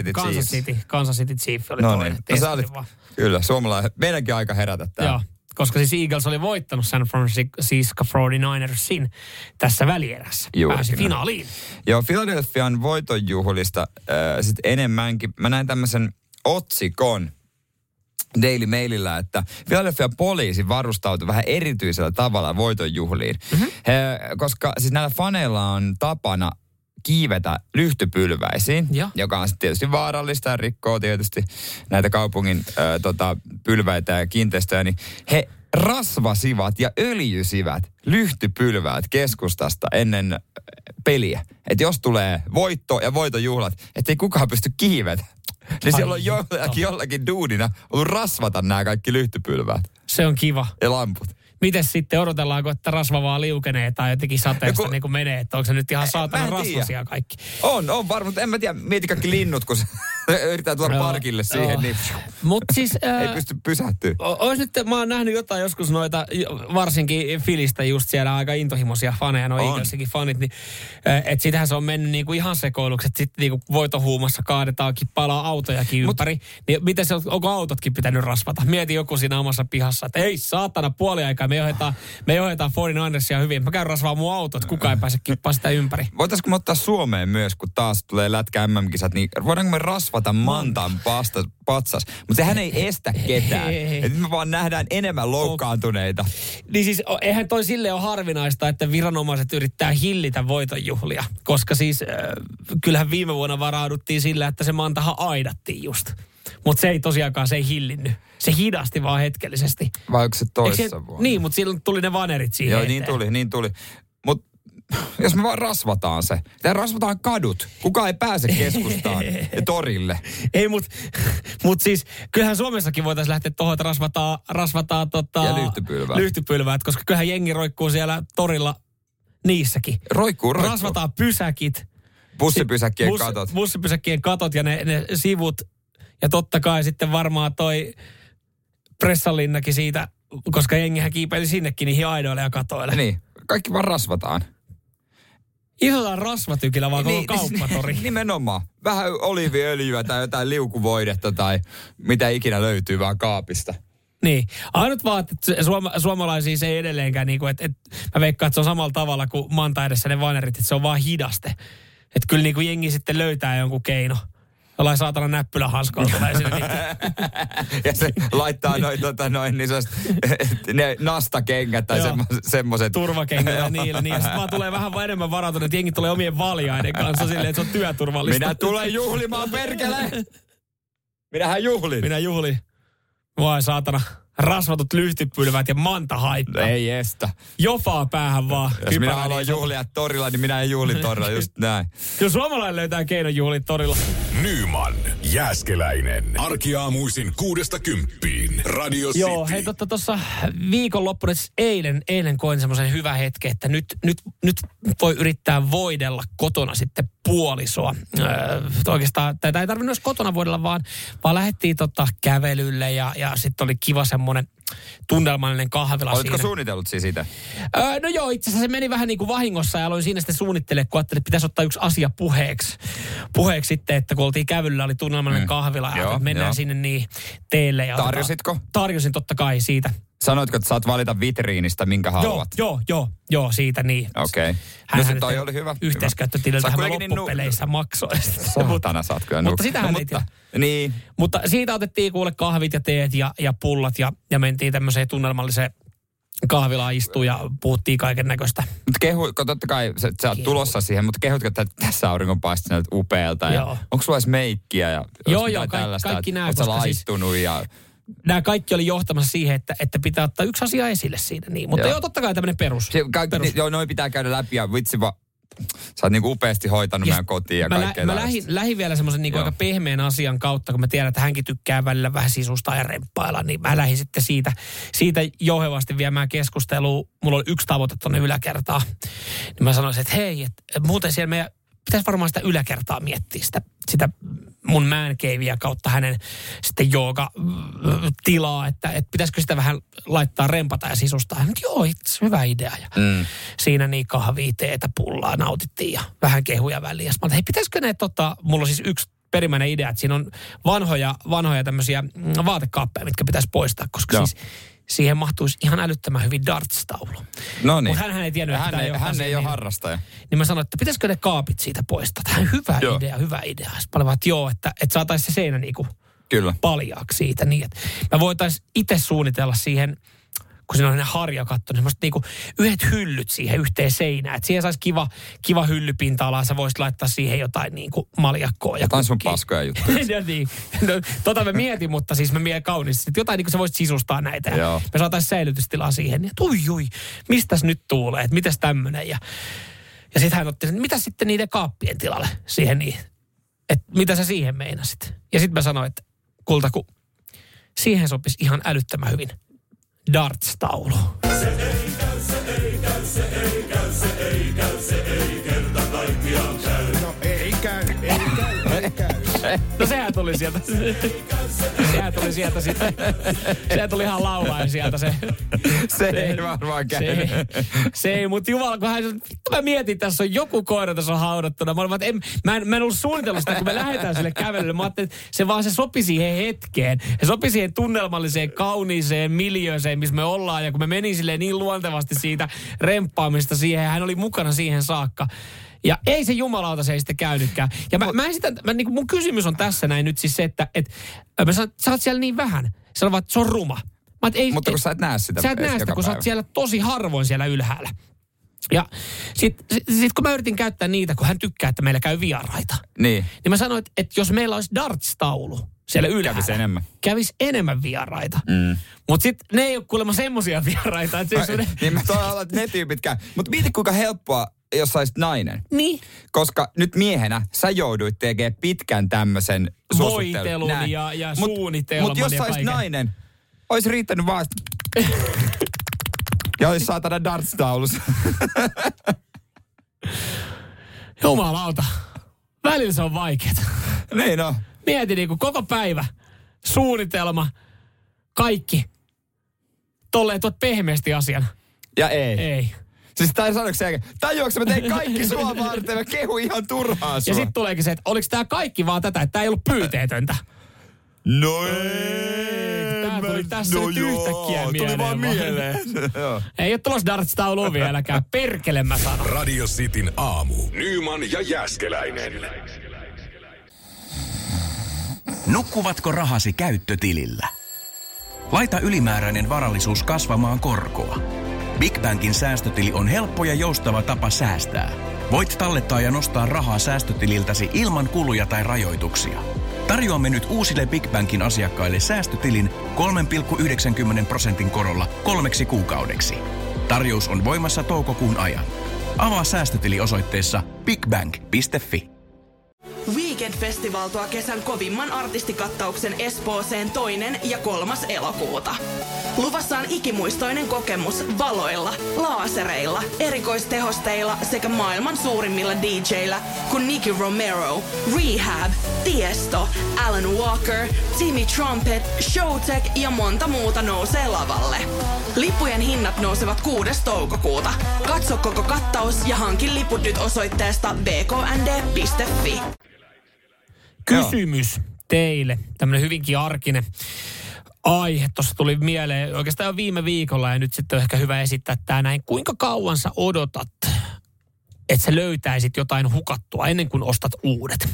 Kansas City Chiefs oli toinen. No sä olit, kyllä, suomalainen. Meidänkin aika herätä täällä. Joo. Koska siis Eagles oli voittanut San Francisco 49ersin tässä välierässä. Pääsi finaaliin. Joo, Philadelphian voitonjuhlista sitten enemmänkin. Mä näin tämmöisen otsikon Daily Mailillä, että Philadelphia poliisi varustautui vähän erityisellä tavalla voitonjuhliin. Koska siis näillä faneilla on tapana kiivetä lyhtypylväisiin, joka on sitten tietysti vaarallista ja rikkoo tietysti näitä kaupungin pylväitä ja kiinteistöjä, niin he rasvasivat ja öljysivät lyhtypylväät keskustasta ennen peliä. Että jos tulee voitto ja voitonjuhlat, ettei kukaan pysty kiivetä. Niin siellä on jollakin duunina ollut rasvata nämä kaikki lyhtypylväät. Se on kiva. Ja lamput. Mites sitten, odotellaanko, että rasva vaan liukenee tai jotenkin sateesta niin kuin menee, että onko se nyt ihan saatana rasvasia kaikki? On varmaan, mutta en mä tiedä, mieti kaikki linnut, kun Yritetään tuoda parkille siihen, niin mut siis, ei pysty pysähtyä. Ois nyt, mä oon nähnyt jotain joskus noita, varsinkin Filistä just siellä aika intohimoisia faneja, no Eaglesinkin fanit, niin että sitähän se on mennyt niinku ihan sekoilukset, sitten niinku voitohuumassa kaadetaankin, palaa autojakin ympäri. Niin miten se, onko autotkin pitänyt rasvata? Mieti joku siinä omassa pihassa, että ei saatana puoliaikaa, me johdetaan 49ersia hyvin. Mä käyn rasvaa mun autot, kukaan ei pääse kippaa sitä ympäri. Voitaisko me ottaa Suomeen myös, kun taas tulee lätkä MM-kisat, niin voidaanko me rasvata Mantan patsas? Mutta sehän ei estä ketään. Nyt me vaan nähdään enemmän loukkaantuneita. Niin siis eihän toi silleen ole harvinaista, että viranomaiset yrittää hillitä voitonjuhlia. Koska siis kyllähän viime vuonna varauduttiin sillä, että se Mantahan aidattiin just. Mutta se ei tosiaankaan, se ei hillinnyt. Se hidasti vaan hetkellisesti. Vai onko se toissa vuonna? Niin, mutta silloin tuli ne vanerit siihen Joo, eteen. niin tuli. Mutta jos me vaan rasvataan se. Ja rasvataan kadut. Kukaan ei pääse keskustaan ja torille. Ei, mut siis kyllähän Suomessakin voitaisiin lähteä tuohon, että rasvataan ja lyhtypylvää. Koska kyllähän jengi roikkuu siellä torilla niissäkin. Roikkuu. Rasvataan pysäkit. Bussipysäkkien katot. Bussipysäkkien katot ja ne sivut. Ja totta kai sitten varmaan toi Pressanlinnakin siitä, koska jengihän kiipeili sinnekin niihin aidoille ja katoille. Niin, kaikki vaan rasvataan. Isotaan rasvatykillä vaan koko kauppatori. Nimenomaan. Vähän oliiviöljyä tai jotain liukuvoidetta tai mitä ikinä löytyy vaan kaapista. Niin. Ainut vaan, että suomalaisia se ei edelleenkään, niin kuin, että mä veikkaan, että se on samalla tavalla kuin Manta edessä ne vanerit, että se on vaan hidaste. Että kyllä niin kuin jengi sitten löytää jonkun keino. Jollain saatana näppylähanskoilla tulee sinne. Ja se laittaa ne nastakengät tai semmoiset. Turvakengät ja niillä. Niin. Ja sitten vaan tulee vähän enemmän varautunut, että jengi tulee omien valjaiden kanssa silleen, että se on työturvallista. Minä tulen juhlimaan, perkele! Minä juhlin. Vai saatana. Rasvatut lyhtypylvät ja Manta haittaa. Ei estä. Jofaa päähän vaan. Jos minä haluan juhlia torilla, niin minä en juhli torilla, just näin. Kyllä suomalainen löytää keinon juhlia torilla. Nyman, Jääskeläinen. Arkiaamuisin 6–10. Radio City. Joo, hei tuossa viikonloppuna, siis eilen koin semmoisen hyvän hetken, että nyt voi yrittää voidella kotona sitten puolisoa. Oikeastaan, tätä ei tarvinnut edes kotona voidella, vaan lähdettiin kävelylle ja sitten oli kiva semmoinen tunnelmallinen kahvila. Oletko suunnitellut siis sitä? No joo, itse asiassa se meni vähän niin kuin vahingossa ja aloin siinä sitten suunnittelemaan, kun ajattelin, että pitäisi ottaa yksi asia puheeksi sitten, että kun oltiin kävelyllä, oli tunnelmallinen kahvila ja mennään sinne niin teille. Ja tarjositko? Tarjosin totta kai siitä. Sanoitko, että saat valita vitriinistä, minkä haluat? Joo, siitä niin. Okei. No se toi oli hyvä. Yhteiskäyttötililtä hän loppupeleissä maksoi. Saatana, saat kyllä mutta sitähän ei tiedä. Niin. Mutta siitä otettiin kuule kahvit ja teet ja pullat ja mentiin tämmöiseen tunnelmalliseen kahvilaan istua ja puhuttiin kaiken näköistä. Mutta totta kai sä oot tulossa siihen, mutta kehutko, että tässä auringonpaiste näyt upealta. Onko sulla edes meikkiä ja kaikki nämä. Oletko sä laittunut ja... Nämä kaikki oli johtamassa siihen, että pitää ottaa yksi asia esille siinä. Niin. Mutta joo, totta kai tämmöinen perus. Joo, noi pitää käydä läpi ja vitsi vaan. Sä oot niinku upeasti hoitanut meidän kotiin ja kaikkea. Mä lähdin vielä semmoisen niinku aika pehmeän asian kautta, kun mä tiedän, että hänkin tykkää välillä vähän sisustaa ja remppailla, niin mä lähdin sitten siitä jouhevasti viemään keskustelua. Mulla oli yksi tavoite tuonne yläkertaan. Niin mä sanoisin, että hei, että muuten siellä meidän pitäisi varmaan sitä yläkertaa miettiä, sitä mun man-caveä kautta hänen sitten jooga-tilaa, että pitäisikö sitä vähän laittaa rempata ja sisustaa. Mutta joo, itse hyvä idea. Ja siinä niin kahvia, teetä, pullaa nautittiin ja vähän kehuja väliin. Ja mä hei, pitäisikö ne mulla on siis yksi perimmäinen idea, että siinä on vanhoja tämmöisiä vaatekaappeja, mitkä pitäisi poistaa, koska siis siihen mahtuisi ihan älyttömän hyvin darts-taulu. No niin. Mutta hän ei tiennyt, että hän ei ole harrastaja. Niin mä sanoin, että pitäisikö ne kaapit siitä poistaa. Tämä on hyvä idea. Sitten mä olin vaan, että saataisiin se seinä niinku paljaaksi siitä. Niin, että mä voitaisiin itse suunnitella siihen, kun siinä on ne harjakatto, niin semmoiset niinku yhdet hyllyt siihen yhteen seinään. Että siihen saisi kiva hyllypinta-alaa. Sä voisit laittaa siihen jotain niinku maljakkoa. Jotain sun paskoja juttuja. Niin. No, mä mietin, mutta siis mä mietin kauniisti. Että jotain niinku sä voisit sisustaa näitä. Ja me saataisiin säilytystilaa siihen. Ja mistäs nyt tuulee? Että mitäs tämmönen? Ja sitten hän otti sen, mitä sitten niiden kaappien tilalle siihen niin? Että mitä sä siihen meinasit? Ja sitten mä sanoin, että kulta, kun siihen sopisi ihan älyttömän hyvin darts-taulu. Se ei käy kerta kaikkiaan käy. No ei käy. No sehän tuli sieltä. Sehän tuli sieltä sitten. Sehän tuli ihan laulaen sieltä se. Se ei varmaan käynyt. Se ei, mutta jumala, kun mä mietin, tässä on joku koira, tässä on haudattuna. Mä en ollut suunnitellut sitä, kun me lähdetään sille kävelylle. Mä ajattelin, että se sopi siihen hetkeen. Se sopi siihen tunnelmalliseen, kauniiseen miljööseen, missä me ollaan. Ja kun me meni silleen niin luontevasti siitä remppaamista siihen, ja hän oli mukana siihen saakka. Ja ei se jumalauta, se ei sitten käynytkään. Ja niin mun kysymys on tässä näin nyt siis se, että sä oot siellä niin vähän. Sä oot, että se on ruma. Mutta kun sä et näe sitä. Sä et näe sitä, kun sä oot siellä tosi harvoin siellä ylhäällä. Ja sit kun mä yritin käyttää niitä, kun hän tykkää, että meillä käy vieraita. Niin mä sanoin, että jos meillä olisi darts-taulu siellä ylhäällä. Kävisi enemmän vieraita. Mutta sitten ne ei ole kuulemma semmosia vieraita. Että niin mä toivon, että ne tyypit käy. Mutta mieti kuinka helppoa, jos sä olisit nainen. Niin. Koska nyt miehenä sä jouduit tekemään pitkän tämmöisen voitelun ja suunnitelman. Mutta jos sä olisit nainen, olisi riittänyt vaan ja olisi saatana darts-taulussa. Jumalauta. Välillä se on vaikeeta. Niin on. Mieti niinku koko päivä. Suunnitelma. Kaikki. Tolleen tuot pehmeästi asian. Ja ei. Ei. Siis sanoiko se, tajuaksä mä tein kaikki sua varten, mä kehun ihan turhaan sua. Ja sit tuleekin se, että oliko tää kaikki vaan tätä, että tää ei ollut pyyteetöntä. No ei. Tää tuli tässä nyt yhtäkkiä mieleen. Tuli vaan mieleen. Ei oo tulossa darts-taulua vieläkään. Perkele mä sanon. Radio Cityn aamu. Nyman ja Jääskeläinen. Nukkuvatko rahasi käyttötilillä? Laita ylimääräinen varallisuus kasvamaan korkoa. Big Bankin säästötili on helppo ja joustava tapa säästää. Voit tallettaa ja nostaa rahaa säästötililtäsi ilman kuluja tai rajoituksia. Tarjoamme nyt uusille Big Bankin asiakkaille säästötilin 3,90% korolla 3 kuukaudeksi. Tarjous on voimassa toukokuun ajan. Avaa säästötili osoitteessa bigbank.fi. Weekend Festival tuo kesän kovimman artistikattauksen Espooseen 2. ja 3. elokuuta. Luvassa on ikimuistoinen kokemus valoilla, laasereilla, erikoistehosteilla sekä maailman suurimmilla DJillä kuin Nicky Romero, Rehab, Tiesto, Alan Walker, Timmy Trumpet, Showtek ja monta muuta nousee lavalle. Lippujen hinnat nousevat 6. toukokuuta. Katso koko kattaus ja hankin liput nyt osoitteesta bknd.fi. Kysymys teille, tämmöinen hyvinkin arkinen aihe. Tuossa tuli mieleen oikeastaan jo viime viikolla ja nyt sitten on ehkä hyvä esittää tämä näin. Kuinka kauan sä odotat, että sä löytäisit jotain hukattua ennen kuin ostat uudet?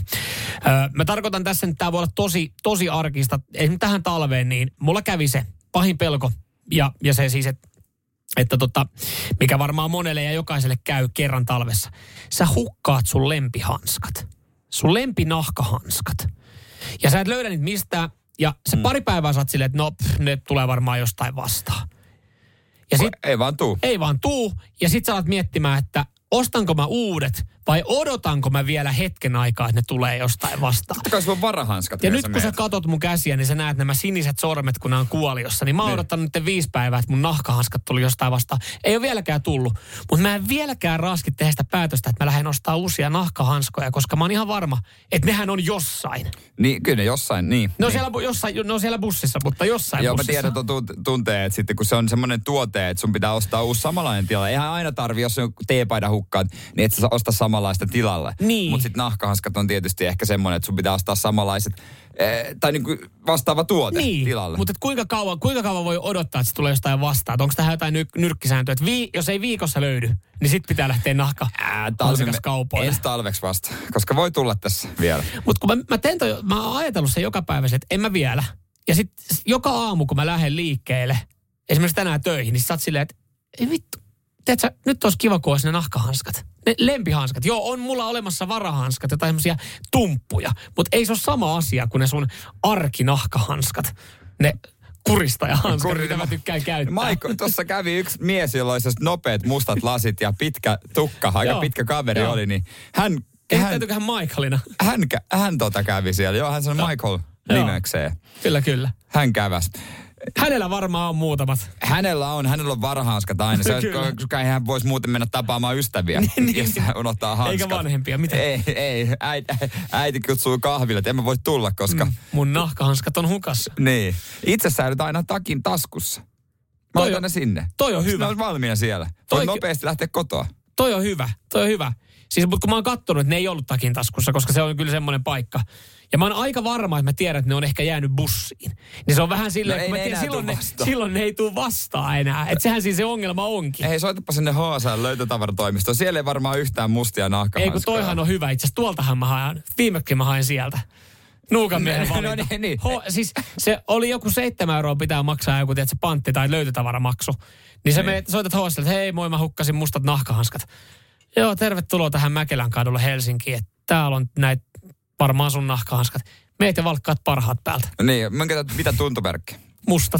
Mä tarkoitan tässä, että tämä voi olla tosi arkista. Esimerkiksi tähän talveen, niin mulla kävi se pahin pelko ja se siis, että mikä varmaan monelle ja jokaiselle käy kerran talvessa. Sä hukkaat sun lempihanskat. Sun lempinahkahanskat. Ja sä et löydä niitä mistään. Ja se pari päivää sä oot silleen, että ne tulee varmaan jostain vastaan. Ja ei vaan tuu. Ei vaan tuu. Ja sit sä alat miettimään, että ostanko mä uudet vai odotanko mä vielä hetken aikaa, että ne tulee jostain vastaan. Totta kai sulla on varahanskat. Ja nyt kun sä katot mun käsiä, niin sä näet nämä siniset sormet, kun ne on kuoliossa. Niin mä oon odottanut nyt 5 päivää, että mun nahkahanskat tuli jostain vastaan. Ei ole vieläkään tullut. Mutta mä en vieläkään raaski tehdä sitä päätöstä, että mä lähden ostaa uusia nahkahanskoja, koska mä oon ihan varma, että nehän on jossain. Niin, kyllä ne jossain, niin. Ne on siellä bussissa, mutta jossain joo, bussissa. Joo, mä tiedän tuntee, että sitten kun se on semmoinen tuote, että sun pitää ostaa uusi samanlainen tila. Eihän aina tarvi, jos on teepaidan hukkaan, niin et sä osta samanlaista tilalle. Niin. Mutta sitten nahkahanskat on tietysti ehkä semmoinen, että sun pitää ostaa samanlaiset, tai niinku vastaava tuote tilalle. Mutta kuinka kauan voi odottaa, että se tulee jostain vastaan? Onko tähän jotain nyrkkisääntöä, että jos ei viikossa löydy, niin sitten pitää lähteä nahkahanskaskaupoille? Ensi talveksi vasta, koska voi tulla tässä vielä. Mutta kun mä oon ajatellut sen joka päivä, että en mä vielä. Ja sitten joka aamu, kun mä lähden liikkeelle, esimerkiksi tänään töihin, niin sä oot silleen, että ei vittu. Tiedätkö, nyt olisi kiva, kun olisi ne nahkahanskat. Ne lempihanskat. Joo, on mulla olemassa varahanskat, jotain semmoisia tumppuja. Mutta ei se ole sama asia kuin ne sun arkinahkahanskat. Ne kuristajahanskat, mitä mä tykkään käyttää. Maiko, tuossa kävi yksi mies, jolla oli nopeat mustat lasit ja pitkä tukka, aika pitkä kaveri oli, niin Ehtäytyykö hän Michaelina? Hän kävi siellä. Joo, hän sanoi Michael nimekseen. Kyllä. Hän käväsi. Hänellä varmaan on muutamat. Hänellä on varahanskat aina. Se koska ei hän voisi muuten mennä tapaamaan ystäviä, jos hän unohtaa hanskat. Eikä vanhempia, mitä? Ei. Äiti kutsuu kahville, että en mä voi tulla, koska... Mun nahkahanskat on hukassa. Niin. Itse säilyt aina takin taskussa. Mä otan ne sinne. Toi on hyvä. Ne on valmiina siellä. Voi nopeasti lähteä kotoa. Toi on hyvä. Siis, mutta kun mä oon kattonut, että ne ei ollut takin taskussa, koska se on kyllä semmoinen paikka. Ja mä oon aika varma, että mä tiedän, että ne on ehkä jäänyt bussiin. Niin se on vähän silleen, että mä tiedän, silloin ne ei tule vastaan enää. Että sehän siis se ongelma onkin. Hei, soitapa sinne HSL löytötavaratoimistoon. Siellä ei varmaan yhtään mustia nahkahanskoja. Ei, kun toihan on hyvä. Itse asiassa tuoltahan mä haen. Viimekin mä haen sieltä. Nuukan miehen valinta. No niin. Siis se oli joku 7 euroa pitää maksaa joku, tiedätkö, pantti tai löytötavaramaksu. Niin se soitat HSL, että hei moi, mä hukkasin mustat nahkahanskat. Joo, tervetuloa tähän Mäkelän kadulle Helsinkiin. Että täällä on näitä varmaan sun nahkahanskat. Meitä ja valkkaat parhaat päältä. Niin, mitä tuntomerkki? Mustat.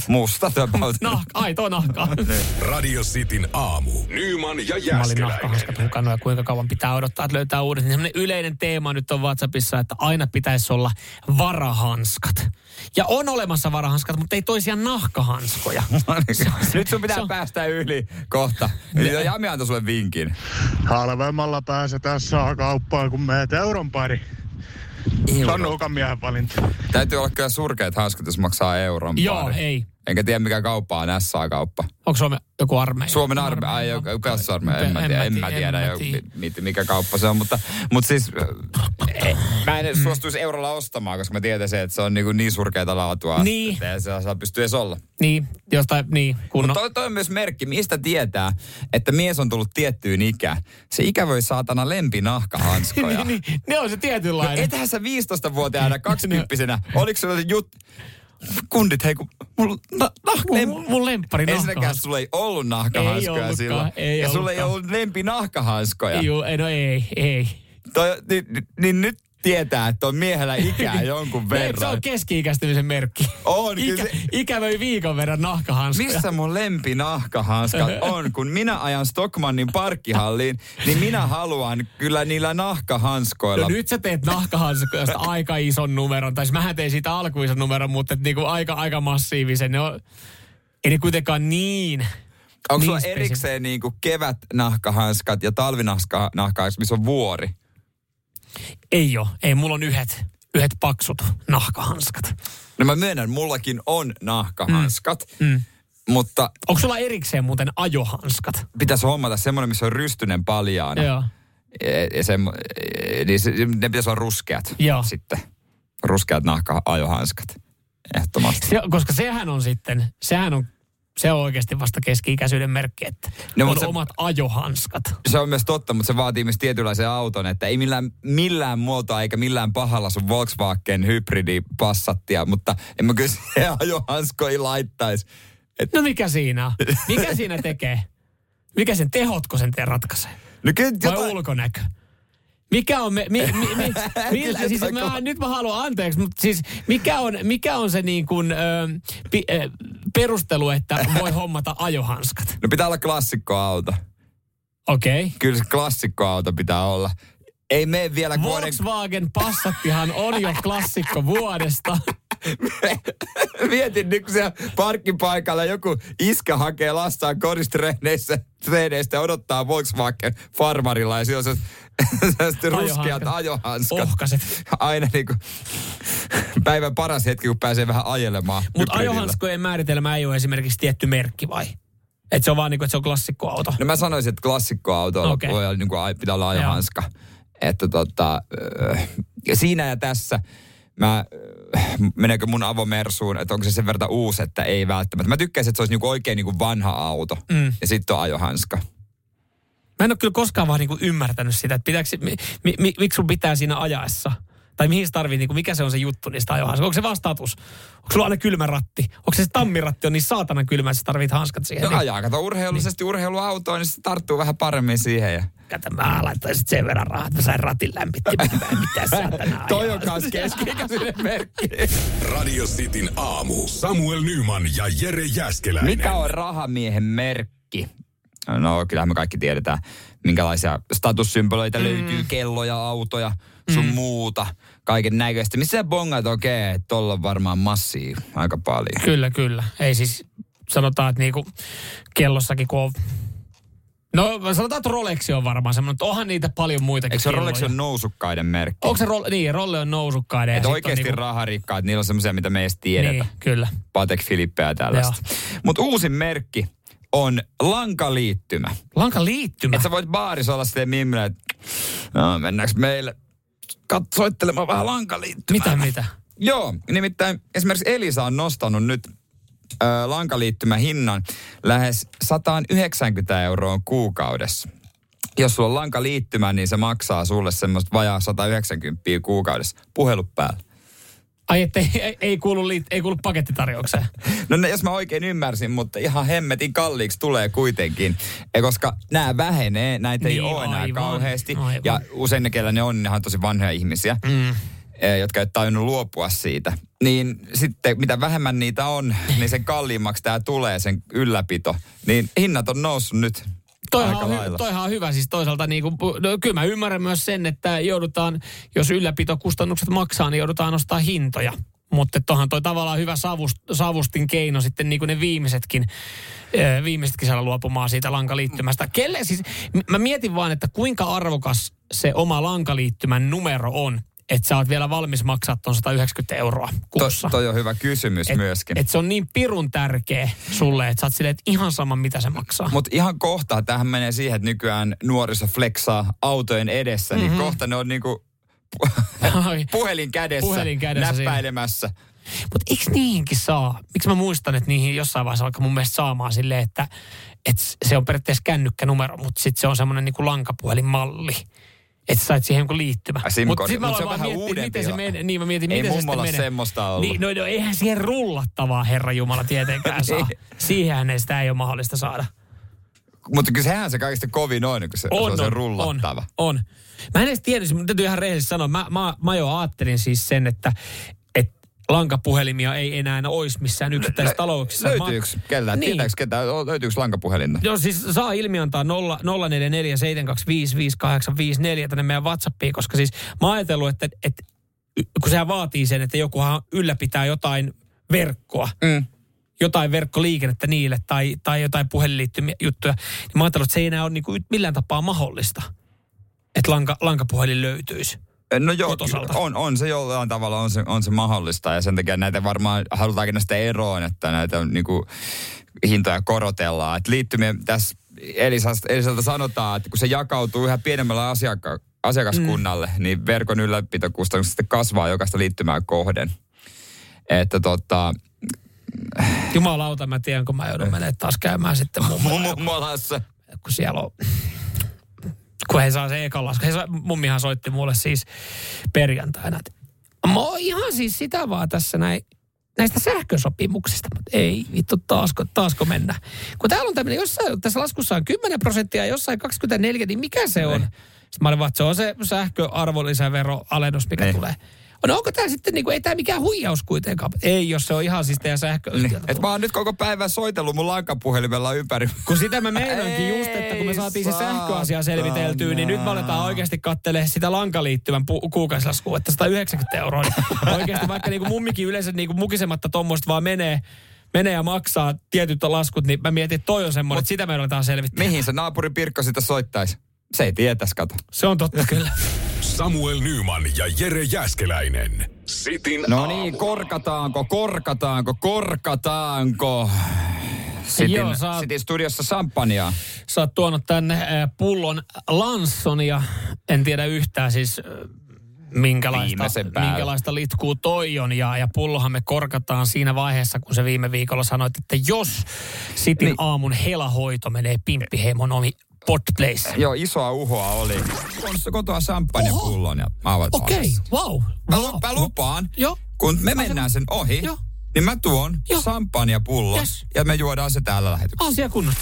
Aitoa nahkaa. Radio Cityn aamu. Nyman ja Jääskeläinen. Mä olin nahkahanskat hukannut ja kuinka kauan pitää odottaa, että löytää uudet. Niin semmoinen yleinen teema nyt on WhatsAppissa, että aina pitäisi olla varahanskat. Ja on olemassa varahanskat, mutta ei toisia nahkahanskoja. Nyt sun pitää päästä yli kohta. Eli Jami antoi sulle vinkin. Halvemmalla pääset tässä kauppaan, kun meet euron pari. Se on nuukan miehen valinta. Täytyy olla kyllä surkeat hanskat, jos maksaa euron pari. Joo, ei. Enkä tiedä, mikä kauppa on SA-kauppa. Onko Suomen joku armeija? Suomen armeija, pelastusarmeija, en mä tiedä mikä kauppa se on. Mutta siis mä en suostuisi eurolla ostamaan, koska mä tietäisin, että se on niin surkeata laatua. Niin. Että se saa pystyä edes olla. Niin, kunnon. Mutta toi on myös merkki, mistä tietää, että mies on tullut tiettyyn ikään. Se ikä voi saatana lempinahkahanskoja. niin, ne on se tietynlainen. No, etähän sä 15-vuotiaana 20-vuotiaana, oliko se kundit, hei kun mun lemppari nahkahanskoja. Ensinnäkään sulla ei ollut nahkahanskoja silloin. Ja sulla ei ollut lempinahkahanskoja. Ei. Niin nyt tietää, että on miehellä ikää jonkun verran. Se on keski-ikäistymisen merkki. On. Ikä möi viikon verran nahkahanskoja. Missä mun lempinahkahanskat on? Kun minä ajan Stockmannin parkkihalliin, niin minä haluan kyllä niillä nahkahanskoilla. No nyt sä teet nahkahanskoista aika ison numeron. Tai mähän tein siitä alkuisen numeron, mutta niinku aika massiivisen. Ei ne kuitenkaan niin... Onko sulla erikseen niinku kevätnahkahanskat ja talvinahkahanskat, missä on vuori? Ei ole. Ei, mulla on yhdet paksut nahkahanskat. No mä myönnän, mullakin on nahkahanskat, mutta... Onko sulla erikseen muuten ajohanskat? Pitäisi hommata semmoinen, missä on rystynen paljaana. Joo. Ne pitäisi olla ruskeat. Joo. Sitten. Ruskeat nahka-ajohanskat. Ehdottomasti. Koska se on oikeasti vasta keski-ikäisyyden merkki, että on omat ajohanskat. Se on myös totta, mutta se vaatii myös tietynlaisen auton, että ei millään muotoa eikä millään pahalla sun Volkswagen hybridi Passattia, mutta en mä kyllä se ajohanskoihin laittaisi. No mikä siinä on? Mikä siinä tekee? Mikä sen tehotko sen ratkaisee? No vai ulkonäkö? Mikä on nyt mä haluan anteeksi, mutta siis mikä on se niin kuin perustelu, että voi hommata ajohanskat? No pitää olla klassikkoauto. Okei. Kyllä se klassikkoauto pitää olla. Ei mene vielä Volkswagen Passattihan on jo klassikko vuodesta. Mietin nyt, kun siellä parkkipaikalla joku iskä hakee lastaan koristreeneissä ja odottaa Volkswagen farmarilla ja siellä on sellaiset ruskeat ajohanskat. Ohkaset. Aina niin kuin päivän paras hetki, kun pääsee vähän ajelemaan. Mutta ajohanskojen määritelmä ei ole esimerkiksi tietty merkki vai? Että se on vaan niin kuin, että se on klassikkoauto. No mä sanoisin, että klassikkoautoilla pitää olla ajohanska. Että siinä ja tässä meneekö mun avomersuun, että onko se sen verran uusi, että ei välttämättä. Mä tykkäisin, että se olisi niinku oikein niinku vanha auto ja sitten on ajohanska. Mä en ole kyllä koskaan vaan niinku ymmärtänyt sitä, että miksi sun pitää siinä ajaessa. Tai mihin se tarvii, niinku, mikä se on se juttu niistä ajohanskoista. Onko se vaan status? Onko sulla aina kylmä ratti? Onko se tammiratti on niin saatanan kylmä, että sä tarvit hanskat siihen? No ajaa, kato urheilullisesti urheiluautoon, niin se tarttuu vähän paremmin siihen. Ja... Kato, mä laittaisin sen verran rahaa, että mä sain ratin lämmittimään. Mitä saatana ajaa? Toi on kans keski-ikäisyyden merkki. Radio Cityn aamu. Samuel Nyman ja Jere Jääskeläinen. Mikä on rahamiehen merkki? No kyllähän me kaikki tiedetään, minkälaisia statussymboleita löytyy, kelloja, autoja, sun muuta. kaiken näköistä. Missä sä bongaat, okei, että tolla on varmaan massia aika paljon. Kyllä. Ei siis, sanotaan, että niinku kellossakin kun on... No sanotaan, että Rolexi on varmaan semmoinen, että onhan niitä paljon muitakin. Eikö se Rolexi on nousukkaiden merkki? Onko se Rolle on nousukkaiden. Että oikeasti niinku... raharikkaat, niillä on semmoisia, mitä me ei edes tiedetä. Niin, kyllä. Patek Philippe ja tällaista. Mutta uusin merkki on lankaliittymä. Lankaliittymä? Että sä voit baarissa olla sitten mimmillä, että mennäänkö meille soittelemaan vähän lankaliittymää. Mitä? Joo, nimittäin esimerkiksi Elisa on nostanut nyt lankaliittymän hinnan lähes 190 € kuukaudessa. Jos sulla on lankaliittymä, niin se maksaa sulle semmoista vajaa 190 kuukaudessa. Puhelut päällä. Ai, että ei kuulu pakettitarjoukseen. No jos mä oikein ymmärsin, mutta ihan hemmetin kalliiksi tulee kuitenkin. Koska nämä vähenee, näitä ei ole enää kauheasti. Aivan. Ja usein ne, kellä ne on, nehän on tosi vanhoja ihmisiä, jotka ei tajunnut luopua siitä. Niin sitten mitä vähemmän niitä on, niin sen kalliimmaksi tämä tulee, sen ylläpito. Niin hinnat on noussut nyt. Toihan on hyvä. Siis toisaalta kyllä mä ymmärrän myös sen, että joudutaan, jos ylläpitokustannukset maksaa, niin joudutaan nostaa hintoja. Mutta toihan toi tavallaan hyvä savustin keino sitten niin kuin ne viimeisetkin saada luopumaan siitä lankaliittymästä. Mä mietin vaan, että kuinka arvokas se oma lankaliittymän numero on. Että sä oot vielä valmis maksaa ton 190 € kuussa. Toi on hyvä kysymys myöskin. Että se on niin pirun tärkeä sulle, että sä oot silleen, että ihan sama mitä se maksaa. Mutta ihan kohta, tämähän menee siihen, että nykyään nuoriso flexaa autojen edessä, niin kohta ne on niinku puhelin kädessä näppäilemässä. Mutta eikö niihinkin saa? Miksi mä muistan, että niihin jossain vaiheessa alkaa mun mielestä saamaan silleen, että se on periaatteessa kännykkänumero, mutta sitten se on semmoinen niinku lankapuhelinmalli. Että sait siihen jonkun liittymä. Mutta sitten se on vähän uudempi. Niin mä mietin, miten se sitten menee. Ei semmoista ollut. Niin, no eihän siihen rullattavaa, Herra Jumala, tietenkään saa. Siihenhän sitä ei ole mahdollista saada. Mutta kyllä sehän se kaikista kovin on, kun se on se rullattava. On. Mä en edes tiedä, mutta täytyy ihan rehellisesti sanoa. Mä jo ajattelin siis sen, että lankapuhelimia ei enää olisi missään yksittäisissä talouksissa. Löytyykö kellään? Niin. Tietääkö ketään? Löytyykö lankapuhelinta? Joo, siis saa ilmiantaa 0447255854 tänne meidän WhatsAppiin, koska siis mä oon ajatellut, että kun sehän vaatii sen, että jokuhan ylläpitää jotain verkkoa, jotain verkkoliikennettä niille tai jotain puhelinliittymiä juttuja, niin mä oon ajatellut, että se ei enää ole niin kuin millään tapaa mahdollista, että lankapuhelin löytyisi. No joo, on se jollain tavalla, on se mahdollista ja sen takia näitä varmaan halutaankin näistä eroon, että näitä niinku hintoja korotellaan. Että liittymiä tässä Elisalta sanotaan, että kun se jakautuu yhä pienemmälle asiakaskunnalle, niin verkon ylläpitokustannukset sitten kasvaa jokaista liittymää kohden. Että Jumalauta, mä tiedän, kun mä joudun menemään taas käymään sitten mummolassa. Kun siellä on... Kun he saa se ekan lasku. Mummihan soitti mulle siis perjantaina. Mä oon ihan siis sitä vaan tässä näistä sähkösopimuksista. Mutta ei vittu, taasko mennä. Kun täällä on tämmöinen, jossain tässä laskussa on 10% ja jossain 24%, niin mikä se on? Sitten mä olin vaan, että se on se sähköarvonlisäveroalennus, mikä tulee. No onko tämä sitten, ei tämä mikään huijaus kuitenkaan? Ei, jos se on ihan siis teidän sähköyhtiöltä. Että mä oon nyt koko päivän soitellut mun lankapuhelimella ympäri. Kun sitä mä meinaankin just, että kun me saatiin se sähköasia selviteltyä, niin nyt me aletaan oikeasti katselemaan sitä lankaliittymän kuukausilaskua, että 190 €. Niin oikeasti vaikka mummikin yleensä mukisematta tommoista vaan menee ja maksaa tietyt laskut, niin mä mietin, että toi on semmoinen, että sitä me aletaan selvittää. Mihin se naapuri Pirkko sitä soittaisi? Se ei tietäisi, kato. Se on totta kyllä. Samuel Nyman ja Jere Jääskeläinen. Sitin No niin, korkataanko? Sitin studiossa champagnea. Sä oot tuonut tänne pullon Lansonia. En tiedä yhtään siis minkälaista litkuu toi on. Ja pullohan me korkataan siinä vaiheessa, kun se viime viikolla sanoit, että jos Sitin aamun helahoito menee Pimppiheimon omi Podplace. Joo, isoa uhoa oli. On se kotoa champagnepullon ja Okei, wow. Mä lupaan, kun me mennään sen ohi, niin mä tuon champagnepullon ja me juodaan se täällä lähetyksessä. Asia kunnossa.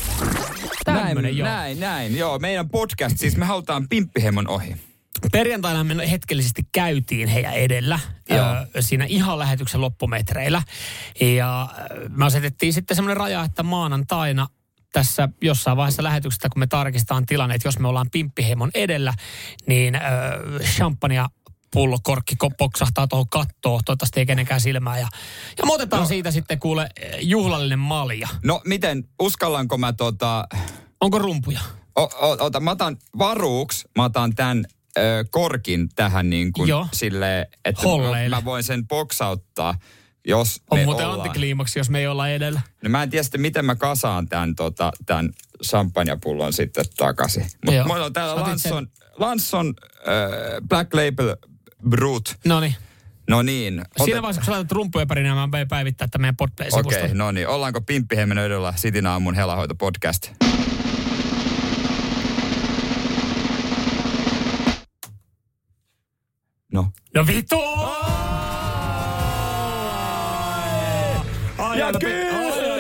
Näin. Joo, meidän podcast, siis me halutaan Pimppiheimon ohi. Perjantaina me hetkellisesti käytiin heidän edellä siinä ihan lähetyksen loppumetreillä. Ja me asetettiin sitten semmoinen raja, että maanantaina tässä jossain vaiheessa lähetyksestä, kun me tarkistetaan tilanne, että jos me ollaan Pimppiheimon edellä, niin champagnea pullokorkki poksahtaa tuohon kattoon. Toivottavasti ei kenenkään silmään. Ja me otetaan siitä sitten kuule juhlallinen malja. No miten, uskallanko mä Onko rumpuja? Mä otan varuuks, mä otan tämän korkin tähän niin kuin silleen, että mä voin sen boksauttaa, jos on me muuten ollaan. Antikliimaksi, jos me ei olla edellä. No mä en tiedä sitten, miten mä kasaan tämän champagnepullon sitten takaisin. Mutta mulla on täällä Lanson Black Label Brut. Noniin. No niin. Siinä vaiheessa, kun sä laitat rumpuja pärin, niin mä päivittää tämän meidän Podplay-sivusta. Okei, no niin. Ollaanko Pimppihemen edellä Cityn aamun helahoito podcast? No vitu! Ja kyllä!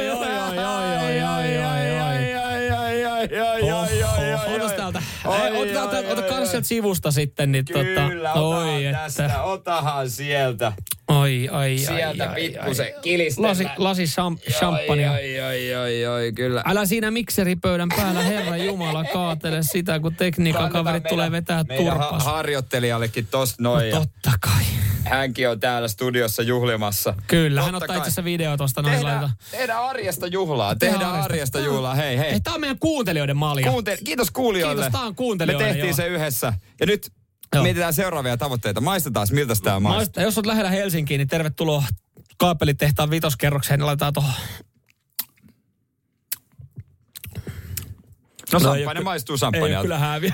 Otas täältä. Ota kans sieltä sivusta sitten. Niin kyllä, otahan tästä. Otahan sieltä. Sieltä pikkusen kilistetään. Lasi champagnea. Oi, kyllä. Älä siinä mikseripöydän päällä, Herra Jumala, kaatele sitä, kun tekniikan kaverit tulee vetää turpas. Meidän harjoittelijallekin tosta noin. No, totta kai. Hänkin on täällä studiossa juhlimassa. Kyllä, hän ottaa itse asiassa video tosta noin laita. Tehdään arjesta juhlaa. Hei. Tää on meidän kuuntelijoiden malja. Kiitos kuulijoille. Kiitos, tää on kuuntelijoille. Me tehtiin se yhdessä. Ja nyt mietitään seuraavia tavoitteita. Maistetaan, miltä tää maistuu. Jos olet lähellä Helsinkiin, niin tervetuloa Kaapelitehtaan 5. kerrokseen, niin laitetaan tuohon. No champagne maistuu champagnealta. Ei kyllä hääviä.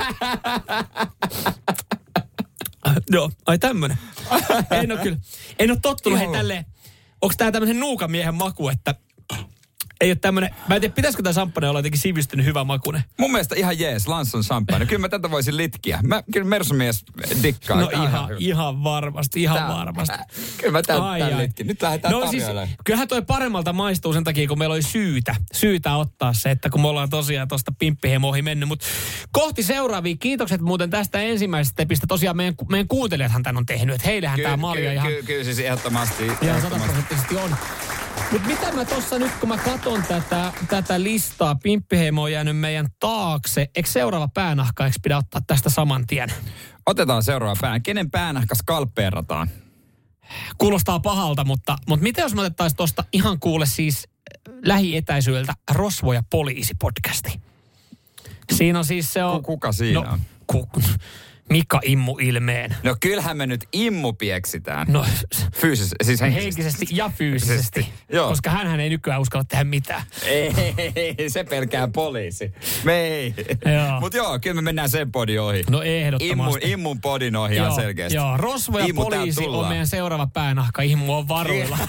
Joo, ai tämmönen. En ole tottunut tälleen. Onks tää tämmönen nuukamiehen maku, että ei ole tämmönen, mä en tiedä, pitäisikö tää champagne olla jotenkin sivistynyt hyvä makune? Mun mielestä ihan jees, Lanson champagne. Kyllä mä tätä voisin litkiä. Kyllä Mersumies dikkaa. No ihan varmasti. Kyllä mä tän litkin. Nyt lähdetään tarjoilemaan. Siis, kyllähän toi paremmalta maistuu sen takia, kun meillä oli syytä ottaa se, että kun me ollaan tosiaan tosta Pimppiheimo ohi mennyt. Mutta kohti seuraavia, kiitokset muuten tästä ensimmäisestä stepistä. Tosiaan meidän kuuntelijathan tän on tehnyt, että heillehän tää malja ihan... Kyllä siis ehdottomasti. Ihan 100% on. Mutta mitä mä tossa nyt, kun mä katon tätä listaa, Pimppiheimo on jäänyt meidän taakse. Eikö seuraava päänahka, eikö pidä ottaa tästä saman tien? Otetaan seuraava pään. Kenen päänahka skalppeerataan? Kuulostaa pahalta, mutta miten jos me otettaisiin tosta ihan kuule siis lähietäisyydeltä Rosvo ja poliisi podcasti? Siinä on siis se on... Kuka siinä on? Mika Immu Ilmeen. No kyllähän me nyt Immu pieksitään. No siis henkisesti ja fyysisesti. Joo. Koska hänhän ei nykyään uskalla tehdä mitään. Ei, se pelkää poliisi. Me ei. Mut joo, kyllä me mennään sen podin ohi. No ehdottomasti. Immun podin ohi ihan selkeästi. Joo, Rosvo ja Immu, poliisi on meidän seuraava päänahka. Immu on varuilla.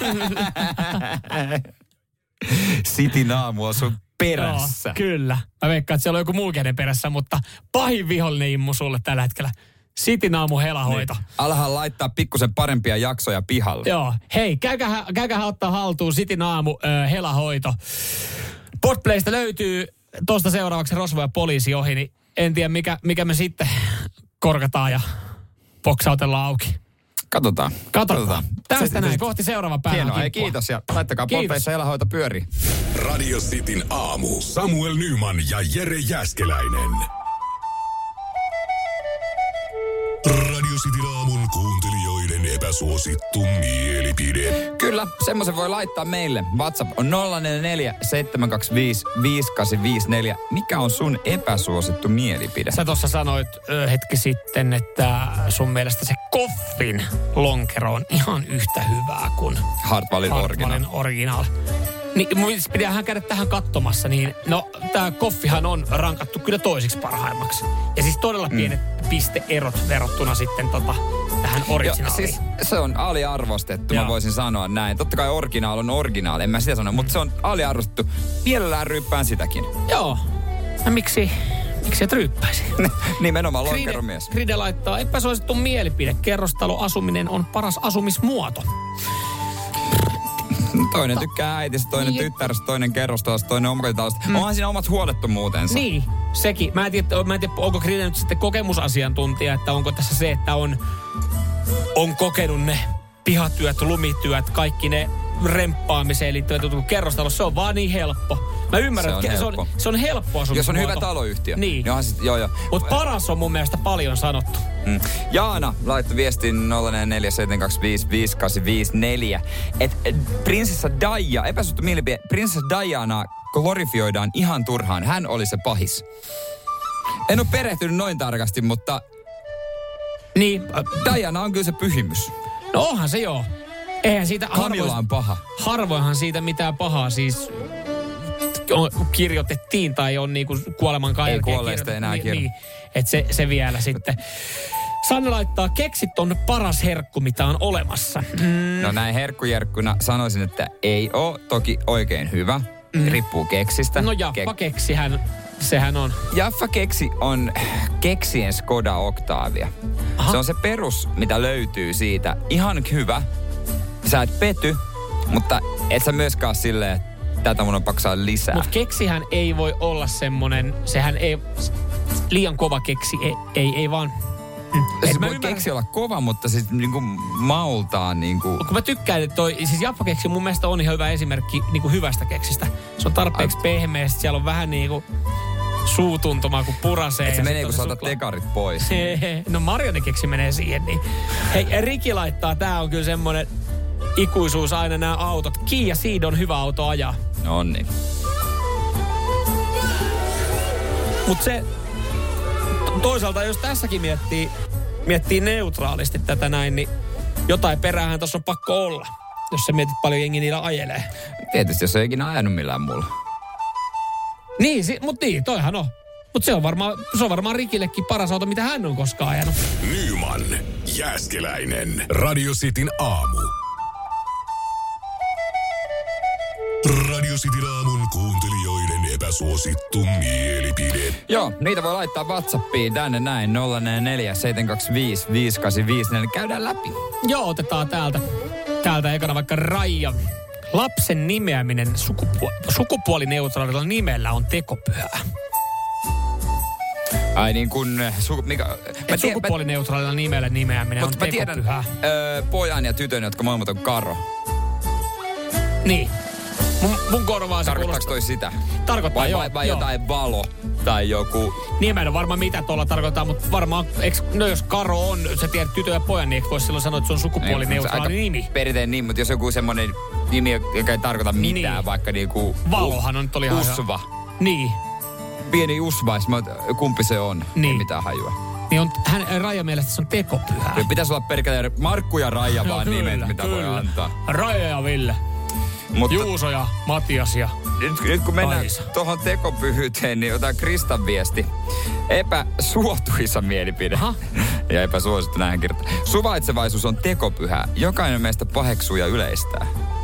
Cityn aamu on sun perässä. Joo, kyllä. Mä veikkaan, että siellä on joku muu kenen perässä, mutta pahin vihollinen Immu sulle tällä hetkellä. Cityn aamu helahoito. Niin. Alhaa laittaa pikkusen parempia jaksoja pihalle. Joo. Hei, käykäähän ottaa haltuun Cityn aamu helahoito. Podplaysta löytyy tosta seuraavaksi Rosvo ja poliisi ohi, niin en tiedä mikä me sitten korkataan ja boksautellaan auki. Katsotaan. Tästä näin, kohti seuraava päivä. Hienoa, kiitos ja laittakaa Podplayssa helahoito pyörii. Radio Cityn aamu. Samuel Nyman ja Jere Jääskeläinen. Radio Cityn aamun kuuntelijoiden epäsuosittu mielipide. Kyllä, semmoisen voi laittaa meille. WhatsApp on 044 725 5854. Mikä on sun epäsuosittu mielipide? Sä tuossa sanoit hetki sitten, että sun mielestä se Koffin lonkero on ihan yhtä hyvää kuin Hartwallin original. Niin pidähän käydä tähän katsomassa, niin no tää Koffihan on rankattu kyllä toisiksi parhaimmaksi. Ja siis todella pienet pisteerot verrattuna sitten tähän originaaliin. Siis se on aliarvostettu, mä voisin sanoa näin. Totta kai originaali on originaali, en mä sitä sano, mutta se on aliarvostettu. Mielellään ryyppään sitäkin. Joo. Ja miksi et ryyppäisi? Nimenomaan lonkeromies. Gride laittaa epäsuosittu mielipide. Kerrostaloasuminen on paras asumismuoto. Toinen tykkää äitistä, toinen tyttärestä, toinen kerrostalosta, toinen omakotitalosta. Onhan siinä omat huolettomuutensa. Niin, sekin. Mä en tiedä onko Gride nyt sitten kokemusasiantuntija, että onko tässä se, että on kokenut ne pihatyöt, lumityöt, kaikki ne remppaamiseen liittyvät jutut. Kerrostalossa se on vaan niin helppo. Mä ymmärrän, että se on helppo asumismuoto. Jos on hyvä taloyhtiö. Niin. Joo. Mutta paras on mun mielestä paljon sanottu. Jaana laittoi viestin 0447255854, että prinsessa Daija, epäsuhtu mielipide, prinsessa Dianaa glorifioidaan ihan turhaan. Hän oli se pahis. En ole perehtynyt noin tarkasti, mutta niin, Diana on kyllä se pyhimys. No onhan se joo. Eihän siitä Camilla on paha. Harvoinhan siitä mitään pahaa siis kirjoitettiin tai on niinku kuolemankaan jälkeen. Ei kuolleista enää niin, että se vielä sitten. Sanna laittaa, keksit on paras herkku, mitä on olemassa. No näin herkkujerkkuna sanoisin, että ei ole toki oikein hyvä. Riippuu keksistä. No Jaffa keksihän, sehän on. Jaffa keksi on keksien Skoda Octavia. Aha. Se on se perus, mitä löytyy siitä. Ihan hyvä. Sä et pety, mutta et sä myöskään silleen, että tätä mun on paksaa lisää. Mutta keksihän ei voi olla semmonen, sehän ei, liian kova keksi, ei vaan. Se voi keksi olla kova, mutta siis niinku maultaan niinku. Kun mä tykkään, että siis Jaffa keksi mun mielestä on ihan hyvä esimerkki niinku hyvästä keksistä. Se on tarpeeksi pehmeä, sit siellä on vähän niinku suutuntumaa, kun purasee. Et se menee, kun saatat tekarit pois. No Marjonin keksi menee siihen, niin. Hei, Riki laittaa, tää on kyllä semmonen ikuisuus aina nämä autot. Kia Ceed on hyvä auto ajaa. No on niin. Mut se, toisaalta jos tässäkin miettii neutraalisti tätä näin, niin jotain peräähän tossa on pakko olla. Jos sä mietit paljon jengi niillä ajelee. Tietysti, jos ei ikinä ajanut millään muulla. Niin, mutta niin, toihan on. Mutta se on varmaan Rikillekin paras auto, mitä hän on koskaan ajanut. Nyman, Jääskeläinen, Radio Cityn aamu. Radio Cityn aamun kuuntelijoiden epäsuosittu mielipide. Joo, niitä voi laittaa WhatsAppiin tänne näin 044 käydään läpi. Joo, otetaan täältä ekana vaikka Raija. Lapsen nimeäminen sukupuolineutraalilla nimellä on tekopyhää. Ai niin kuin sukupuolineutraalilla nimellä nimeäminen on tekopyhää. Mutta mä tiedän pojan ja tytön, jotka molemmat on Karo. Niin. Mun korvaa se tarkoittaako toi sitä? Tarkoittaa, vai jotain Valo tai joku. Niin mä en ole varmaan mitä tuolla tarkoittaa, mutta varmaan, jos Karo on, sä tiedät tytön ja pojan, niin voisi silloin sanoa, että se on sukupuolineutraali nimi. Perinteinen nimi, mutta jos joku semmoinen nimi, joka ei tarkoita mitään, niin. Vaikka niinku Valohan on nyt oli Usva. Niin. Pieni Usva, kumpi se on, niin. Ei mitään hajua. Niin on, Raija mielestä se on tekopyhää. Pitäisi olla perkele Markku ja Raija vaan nimet, mitä voi antaa. Raija ja Ville. Mutta Juuso ja Matias ja nyt kun mennään tuohon tekopyhyyteen, niin otetaan Kristan viesti. Epäsuotuisa mielipide. Aha. Ja epäsuosittu näinhän kirjoittaa. Suvaitsevaisuus on tekopyhää. Jokainen meistä paheksuu ja yleistää.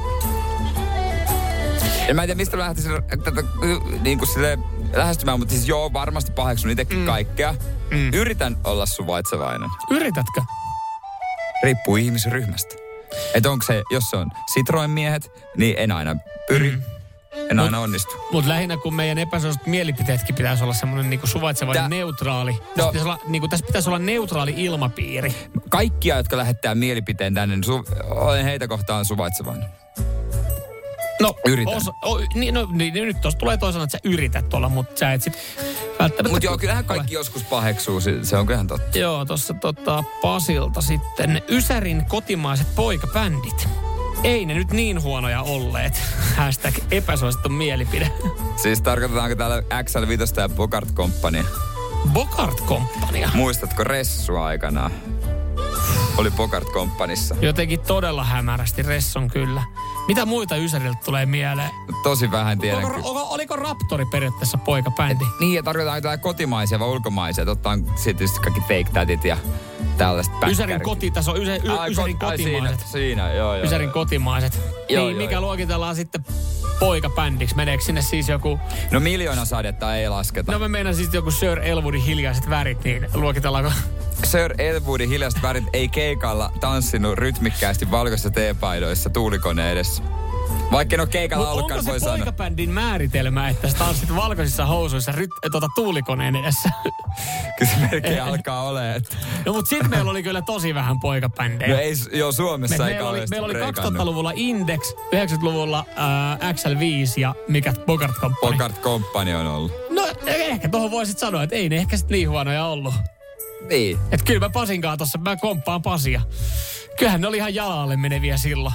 Ja mä en tiedä, mistä lähtisin tätä niin kuin silleen lähestymään, mutta siis joo, varmasti paheksun itsekin kaikkea. Yritän olla suvaitsevainen. Yritätkö? Riippuu ihmisryhmästä. Että onko se, jos se on Citroen miehet, niin en aina pyri. En aina onnistu. Mutta lähinnä kun meidän epäsuositut mielipiteetkin pitäisi olla semmoinen niinku suvaitsevainen neutraali. Tässä pitäisi olla neutraali ilmapiiri. Kaikkia, jotka lähettää mielipiteen tänne, olen heitä kohtaan suvaitsevainen. No, yritän. Nyt tuossa tulee toisaalta, että sä yrität olla, mutta sä et sit välttämättä. Mutta joo, kyllähän kaikki joskus paheksuu, se on kyllähän totta. Joo, tuossa Pasilta sitten. Ysärin kotimaiset poikabändit. Ei ne nyt niin huonoja olleet. Hashtag epäsuosittu mielipide. Siis tarkoitetaanko täällä XL5 ja Bogart Company? Bogart Company? Muistatko Ressua aikanaan? Oli Bogart Companyssa. Jotenkin todella hämärästi Resson kyllä. Mitä muita Ysäriltä tulee mieleen? Tosi vähän tiedän. Oliko Raptori periaatteessa poikabändi? Niin, ja tarkoitetaan jotain kotimaisia vai ulkomaisia. Totta on tietysti kaikki fake tätit ja tällaiset päkkärit. Ysärin tässä on Ysärin kotimaiset. Siinä, joo. Ysärin kotimaiset. Joo, niin, mikä luokitellaan sitten poikabändiksi? Meneekö sinne siis joku... No 1,000,000 sadetta ei lasketa. No mä meinaan siis joku Sir Elwoodin hiljaiset värit, niin luokitellaanko... Sir Elwoodin hiljaiset värit ei keikalla tanssinut rytmikkäästi valkoisissa teepaidoissa tuulikoneen edessä. Vaikka en ole keikalla ollutkaan, voi sanoa. Onko se poikabändin määritelmä, että sä tanssit valkoisissa housuissa tuulikoneen edessä? Kyllä se melkein alkaa olemaan. No mut sit meillä oli kyllä tosi vähän poikabändejä. No ei, joo, Suomessa ei kauheasti meillä oli 2000-luvulla Index, 90-luvulla XL5 ja mikä Bogart Company. Bogart Company on ollut. No ehkä tohon voisit sanoa, että ei ne ehkä sit niin huonoja ollut. Niin. Että kyllä mä Pasinkaan tossa, mä komppaan Pasia. Kyllähän ne oli ihan jalalle meneviä silloin.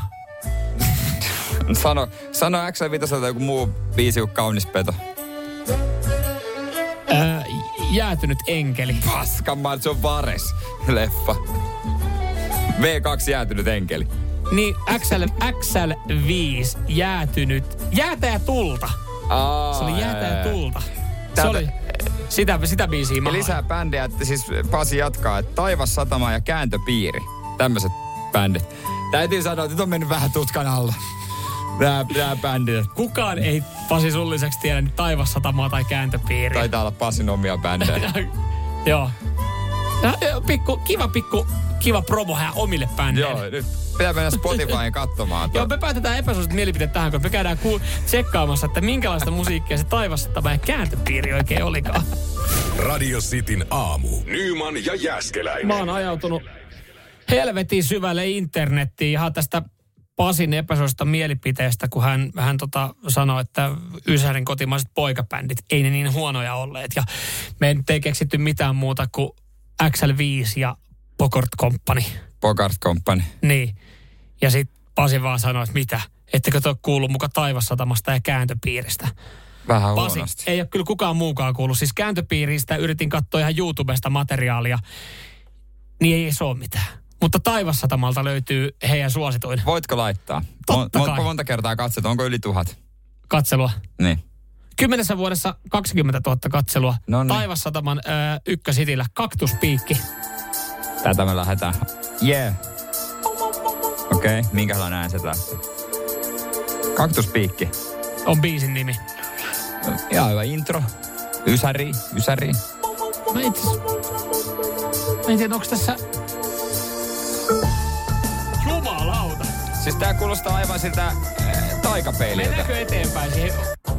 Sano X5 joku muu biisi kuin Kaunis peto. Jäätynyt enkeli. Paskanmaan, se on Vares leffa. V2 jäätynyt enkeli. Niin, XL5 jäätynyt. Jäätä ja tulta. Se oli jäätä ja tulta. Se oli sitä biisiä ja lisää bändejä, että siis Pasi jatkaa, että Taivas, satama ja Kääntöpiiri. Tämmöiset bändit. Täytyy sanoa, että nyt on mennyt vähän tutkan alla. Nää bändit. Kukaan ei Pasi sun lisäksi tiedä nyt Taivas, satamaa tai Kääntöpiiriä. Taitaa olla Pasin omia bändejä. Joo. Kiva promo hän omille bändeille. Joo, nyt pitää mennä Spotifyin katsomaan. Joo, me päätetään epäsuosit mielipiteet tähän, kun me käydään tsekkaamassa, että minkälaista musiikkia se Taivas, satama ja Kääntöpiiri oikein olikaan. Radio Cityn aamu. Nyman ja Jääskeläinen. Mä oon ajautunut helvetin syvälle internettiin ihan tästä Pasin epäsuosista mielipiteestä, kun hän sanoi, että Ysärin kotimaiset poikabändit, ei ne niin huonoja olleet. Ja me ei keksitty mitään muuta kuin XL5 ja Bogart Company. Bogart Company. Niin. Ja sitten Pasi vaan sanoi, että mitä? Ettekö te ole kuullut muka Taivassatamasta ja Kääntöpiiristä? Vähän Pasi, huonosti. ei ole kyllä kukaan muukaan kuullut. Siis Kääntöpiiristä yritin katsoa ihan YouTubesta materiaalia. Niin ei se ole mitään. Mutta Taivassatamalta löytyy heidän suosituin. Voitko laittaa? Monta kertaa katset, onko yli 1000? Katselua. Niin. 10 vuodessa 20 000 katselua. Noniin. Taivassataman ykkösitillä Kaktuspiikki. Tätä me lähdetään. Yeah. Okei, minkälainen ääni se lähtee? Kaktuspiikki. On biisin nimi. Ja hyvä intro. Ysäri. Mä en tiedä, onko tässä... Jumalauta. Siis tää kuulostaa aivan siltä taikapeililtä. Mennäänkö eteenpäin siihen?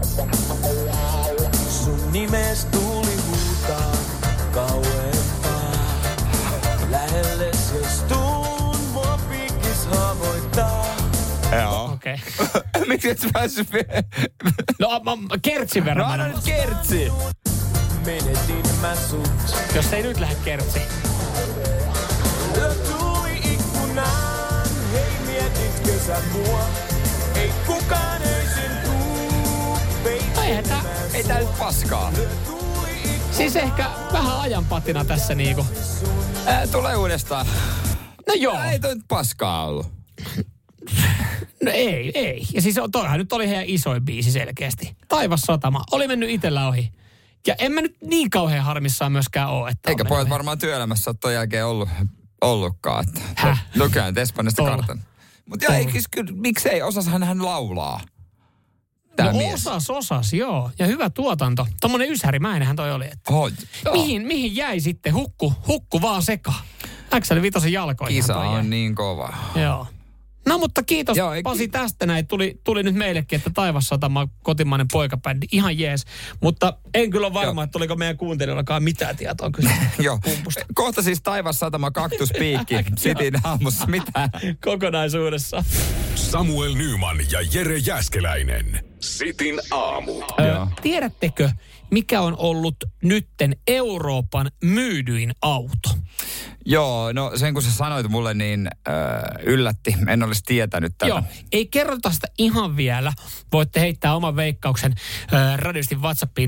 Sun nimes tuli huutaa kauempaa. Lähelle jos tuun, mua piikis haavoittaa. Joo. Okei. Miksi et päässyt No kertsin verran. No nyt kertsi. Menetin mä sut. Jos ei nyt lähde kertsi. Yö tuli ikkunaan. Hei mietitkö sä mua? Ei kukaan öisin tuu. Ei tää nyt paskaa. Siis ehkä vähän ajanpatina tässä niinku. Tulee uudestaan. No joo. Ei toi nyt paskaa ollut. No ei. Ja siis toihan nyt oli heidän isoin biisi selkeästi. Taivassatama. Oli mennyt itellä ohi. Ja en mä nyt niin kauhean harmissaan myöskään ole. Että eikä pojat varmaan työelämässä ole ton jälkeen ollutkaan. Että no kyllä, Espanjasta kartan. Mutta miksei, osasahan hän laulaa. Tää mies. Osas, joo. Ja hyvä tuotanto. Tommonen ysäärimäinenhän toi oli. Että mihin jäi sitten? Hukku vaan sekaan. XL5 jalkoihin. Kisa on niin kova. Joo. No mutta kiitos Pasi tästä näin. Tuli nyt meillekin, että Taivassatama kotimainen poikabändi. Ihan jees. Mutta en kyllä ole varma, että oliko meidän kuuntelijoillakaan mitään tietoa kyllä. Joo. Kohta siis Taivassatama Kaktuspiikki. Cityn aamussa. Mitä? Kokonaisuudessa. Samuel Nyman ja Jere Jääskeläinen. Cityn aamu. Tiedättekö, mikä on ollut nytten Euroopan myydyin auto? Joo, no sen kun sä sanoit mulle, niin yllätti. En olisi tietänyt tätä. Joo, ei kerrota sitä ihan vielä. Voitte heittää oman veikkauksen radistin WhatsAppiin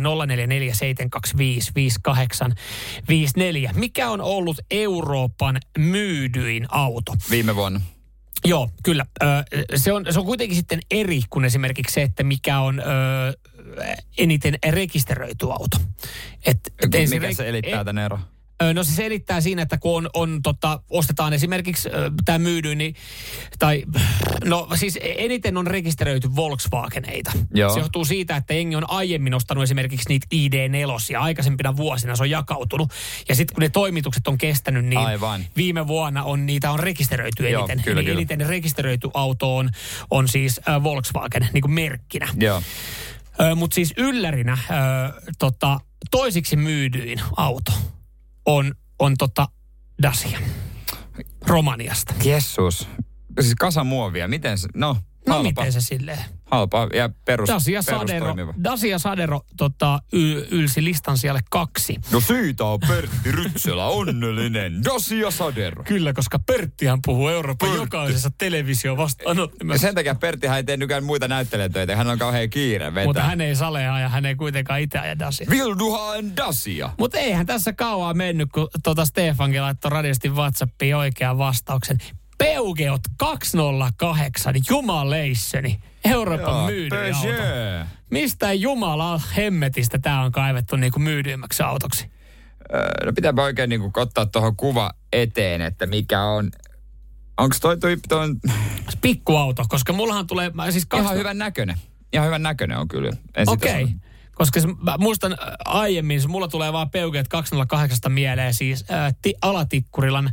0447255854. Mikä on ollut Euroopan myydyin auto? Viime vuonna. Joo, kyllä. Se on kuitenkin sitten eri kuin esimerkiksi se, että mikä on eniten rekisteröity auto. Mikä se elittää tämän ero? No se selittää siinä, että kun ostetaan esimerkiksi tämä myydyin, niin, siis eniten on rekisteröity Volkswageneita. Joo. Se johtuu siitä, että jengi on aiemmin ostanut esimerkiksi niitä ID4 ja aikaisempina vuosina se on jakautunut. Ja sitten kun ne toimitukset on kestänyt, niin viime vuonna niitä on rekisteröity eniten. Joo, kyllä. Eniten rekisteröity auto on siis Volkswagen niin kuin merkkinä. Joo. Mutta siis yllärinä toisiksi myydyin auto on Dacia Romaniasta. Jessus. Siis kasamuovia. Miten se? No, No Halpa. miten se silleen? Halpa ja perustoimiva. Dacia Sadero ylsi listan siellä 2. No siitä on Pertti Rytsölä onnellinen. Dacia Sadero. Kyllä, koska Perttihän puhuu Euroopan jokaisessa televisio-vastaanottimessa. Sen takia Perttihän ei tee nykään muita näyttelijätöitä. Hän on kauhean kiire vetää. Mutta hän ei salea ja hän ei kuitenkaan itse aja Dacia. Vilduhaan Dacia. Mutta eihän tässä kauaa mennyt, kun Stefankin laittoi radiosti WhatsAppiin oikean vastauksen. Peugeot 208, jumaleisseni, Euroopan myydyin auto. Mistä Jumala hemmetistä tää on kaivettu niinku myydyimmäksi autoksi? No pitääpä oikein niinku ottaa tuohon kuva eteen, että mikä on. Onko toi pikkuauto, koska mullahan tulee siis ihan hyvän näköinen. Ihan hyvän näköinen on kyllä. Okei. Koska mä muistan aiemmin, mulla tulee vaan Peugeot 208 mieleen siis Alatikkurilan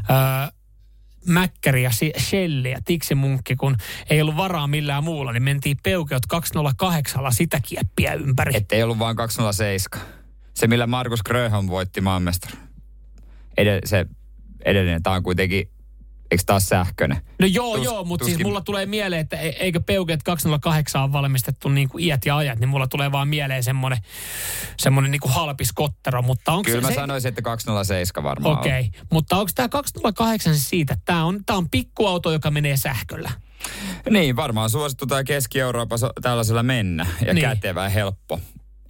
Mäkkäri ja Shelli ja Tiksimunkki, kun ei ollut varaa millään muulla, niin mentiin Peugeot 208 sitä kieppiä ympäri. Että ei ollut vaan 207. Se, millä Markus Grönholm voitti maanmestari. Se edellinen, tämä on kuitenkin, eikö taas sähköinen? No joo, mutta siis mulla tulee mieleen, että eikö Peugeot 208 on valmistettu niin kuin iät ja ajat, niin mulla tulee vaan mieleen semmoinen niin kuin halpis kottero, mutta onko kyllä mä sanoisin, että 207 varmaan Okei, mutta onko tämä 208 siitä, että tämä on pikkuauto, joka menee sähköllä? Niin, varmaan suosittu tämä Keski-Euroopassa tällaisella mennä ja niin. Kätevä ja helppo.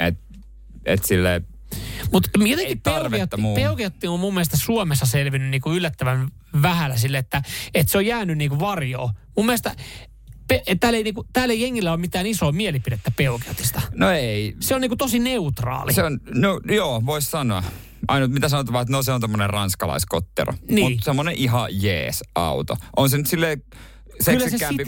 Et silleen. Mutta jotenkin Peugeot on mun mielestä Suomessa selvinnyt niinku yllättävän vähällä sille, että se on jäänyt niinku varjoon. Mun mielestä täällä ei jengillä ole mitään isoa mielipidettä Peugeotista. No ei. Se on niinku tosi neutraali. Se on, no joo, vois sanoa. Ainut mitä sanotaan, että se on tommonen ranskalaiskottero. Niin. Mutta semmonen ihan jees auto. On se nyt silleen seksikkäämpi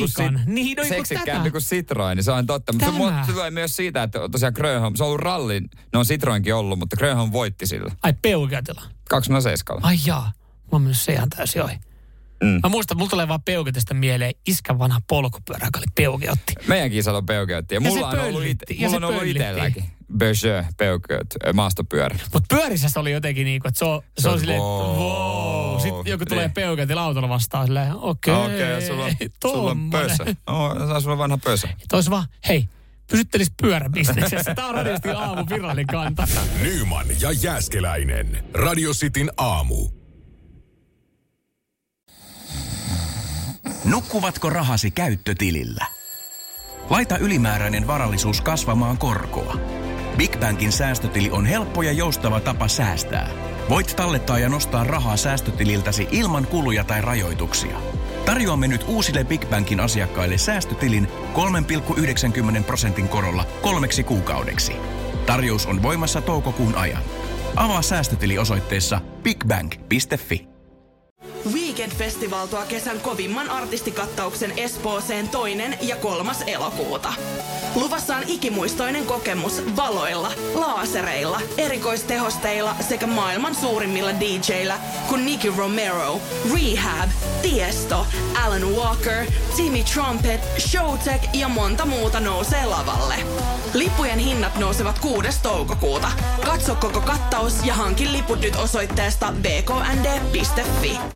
kuin Citroen, niin se on totta. Mutta se tulee myös siitä, että tosiaan Grönholm, se on ollut rallin, ne on Citroenkin ollut, mutta Grönholm voitti sillä. Ai Peugeotilla? 207. Ai jaa, mä oon mennyt se ihan täysin ohi. Mä muistan, mulla tulee vaan Peugeotista mieleen iskän vanha polkupyörä, joka oli Peugeotti. Meidänkin isällä on Peugeotti. Ja mulla on ollut itselläkin. Peugeot, maastopyörä. Mutta pyörissä se oli jotenkin niinku, että se on silleen, wow. Sitten joku tulee Peugeotilla autolla vastaan silleen, okei, sulla on pössö. Sulla on vanha pössö. Tois vaan, hei, pysyttelis pyöräbisneksessä. Tää on radiosti aamu virallinen kanta. Nyman ja Jääskeläinen. Radio Cityn aamu. Nukkuvatko rahasi käyttötilillä? Laita ylimääräinen varallisuus kasvamaan korkoa. Big Bankin säästötili on helppo ja joustava tapa säästää. Voit tallettaa ja nostaa rahaa säästötililtäsi ilman kuluja tai rajoituksia. Tarjoamme nyt uusille Big Bankin asiakkaille säästötilin 3,90% korolla 3 kuukaudeksi. Tarjous on voimassa toukokuun ajan. Avaa säästötili osoitteessa bigbank.fi. Weekend-festival tuo kesän kovimman artistikattauksen Espooseen 2. ja 3. elokuuta. Luvassa on ikimuistoinen kokemus valoilla, laasereilla, erikoistehosteilla sekä maailman suurimmilla DJillä kuin Nicky Romero, Rehab, Tiesto, Alan Walker, Timmy Trumpet, Showtek ja monta muuta nousee lavalle. Lippujen hinnat nousevat 6. toukokuuta. Katso koko kattaus ja hankin liput nyt osoitteesta bknd.fi.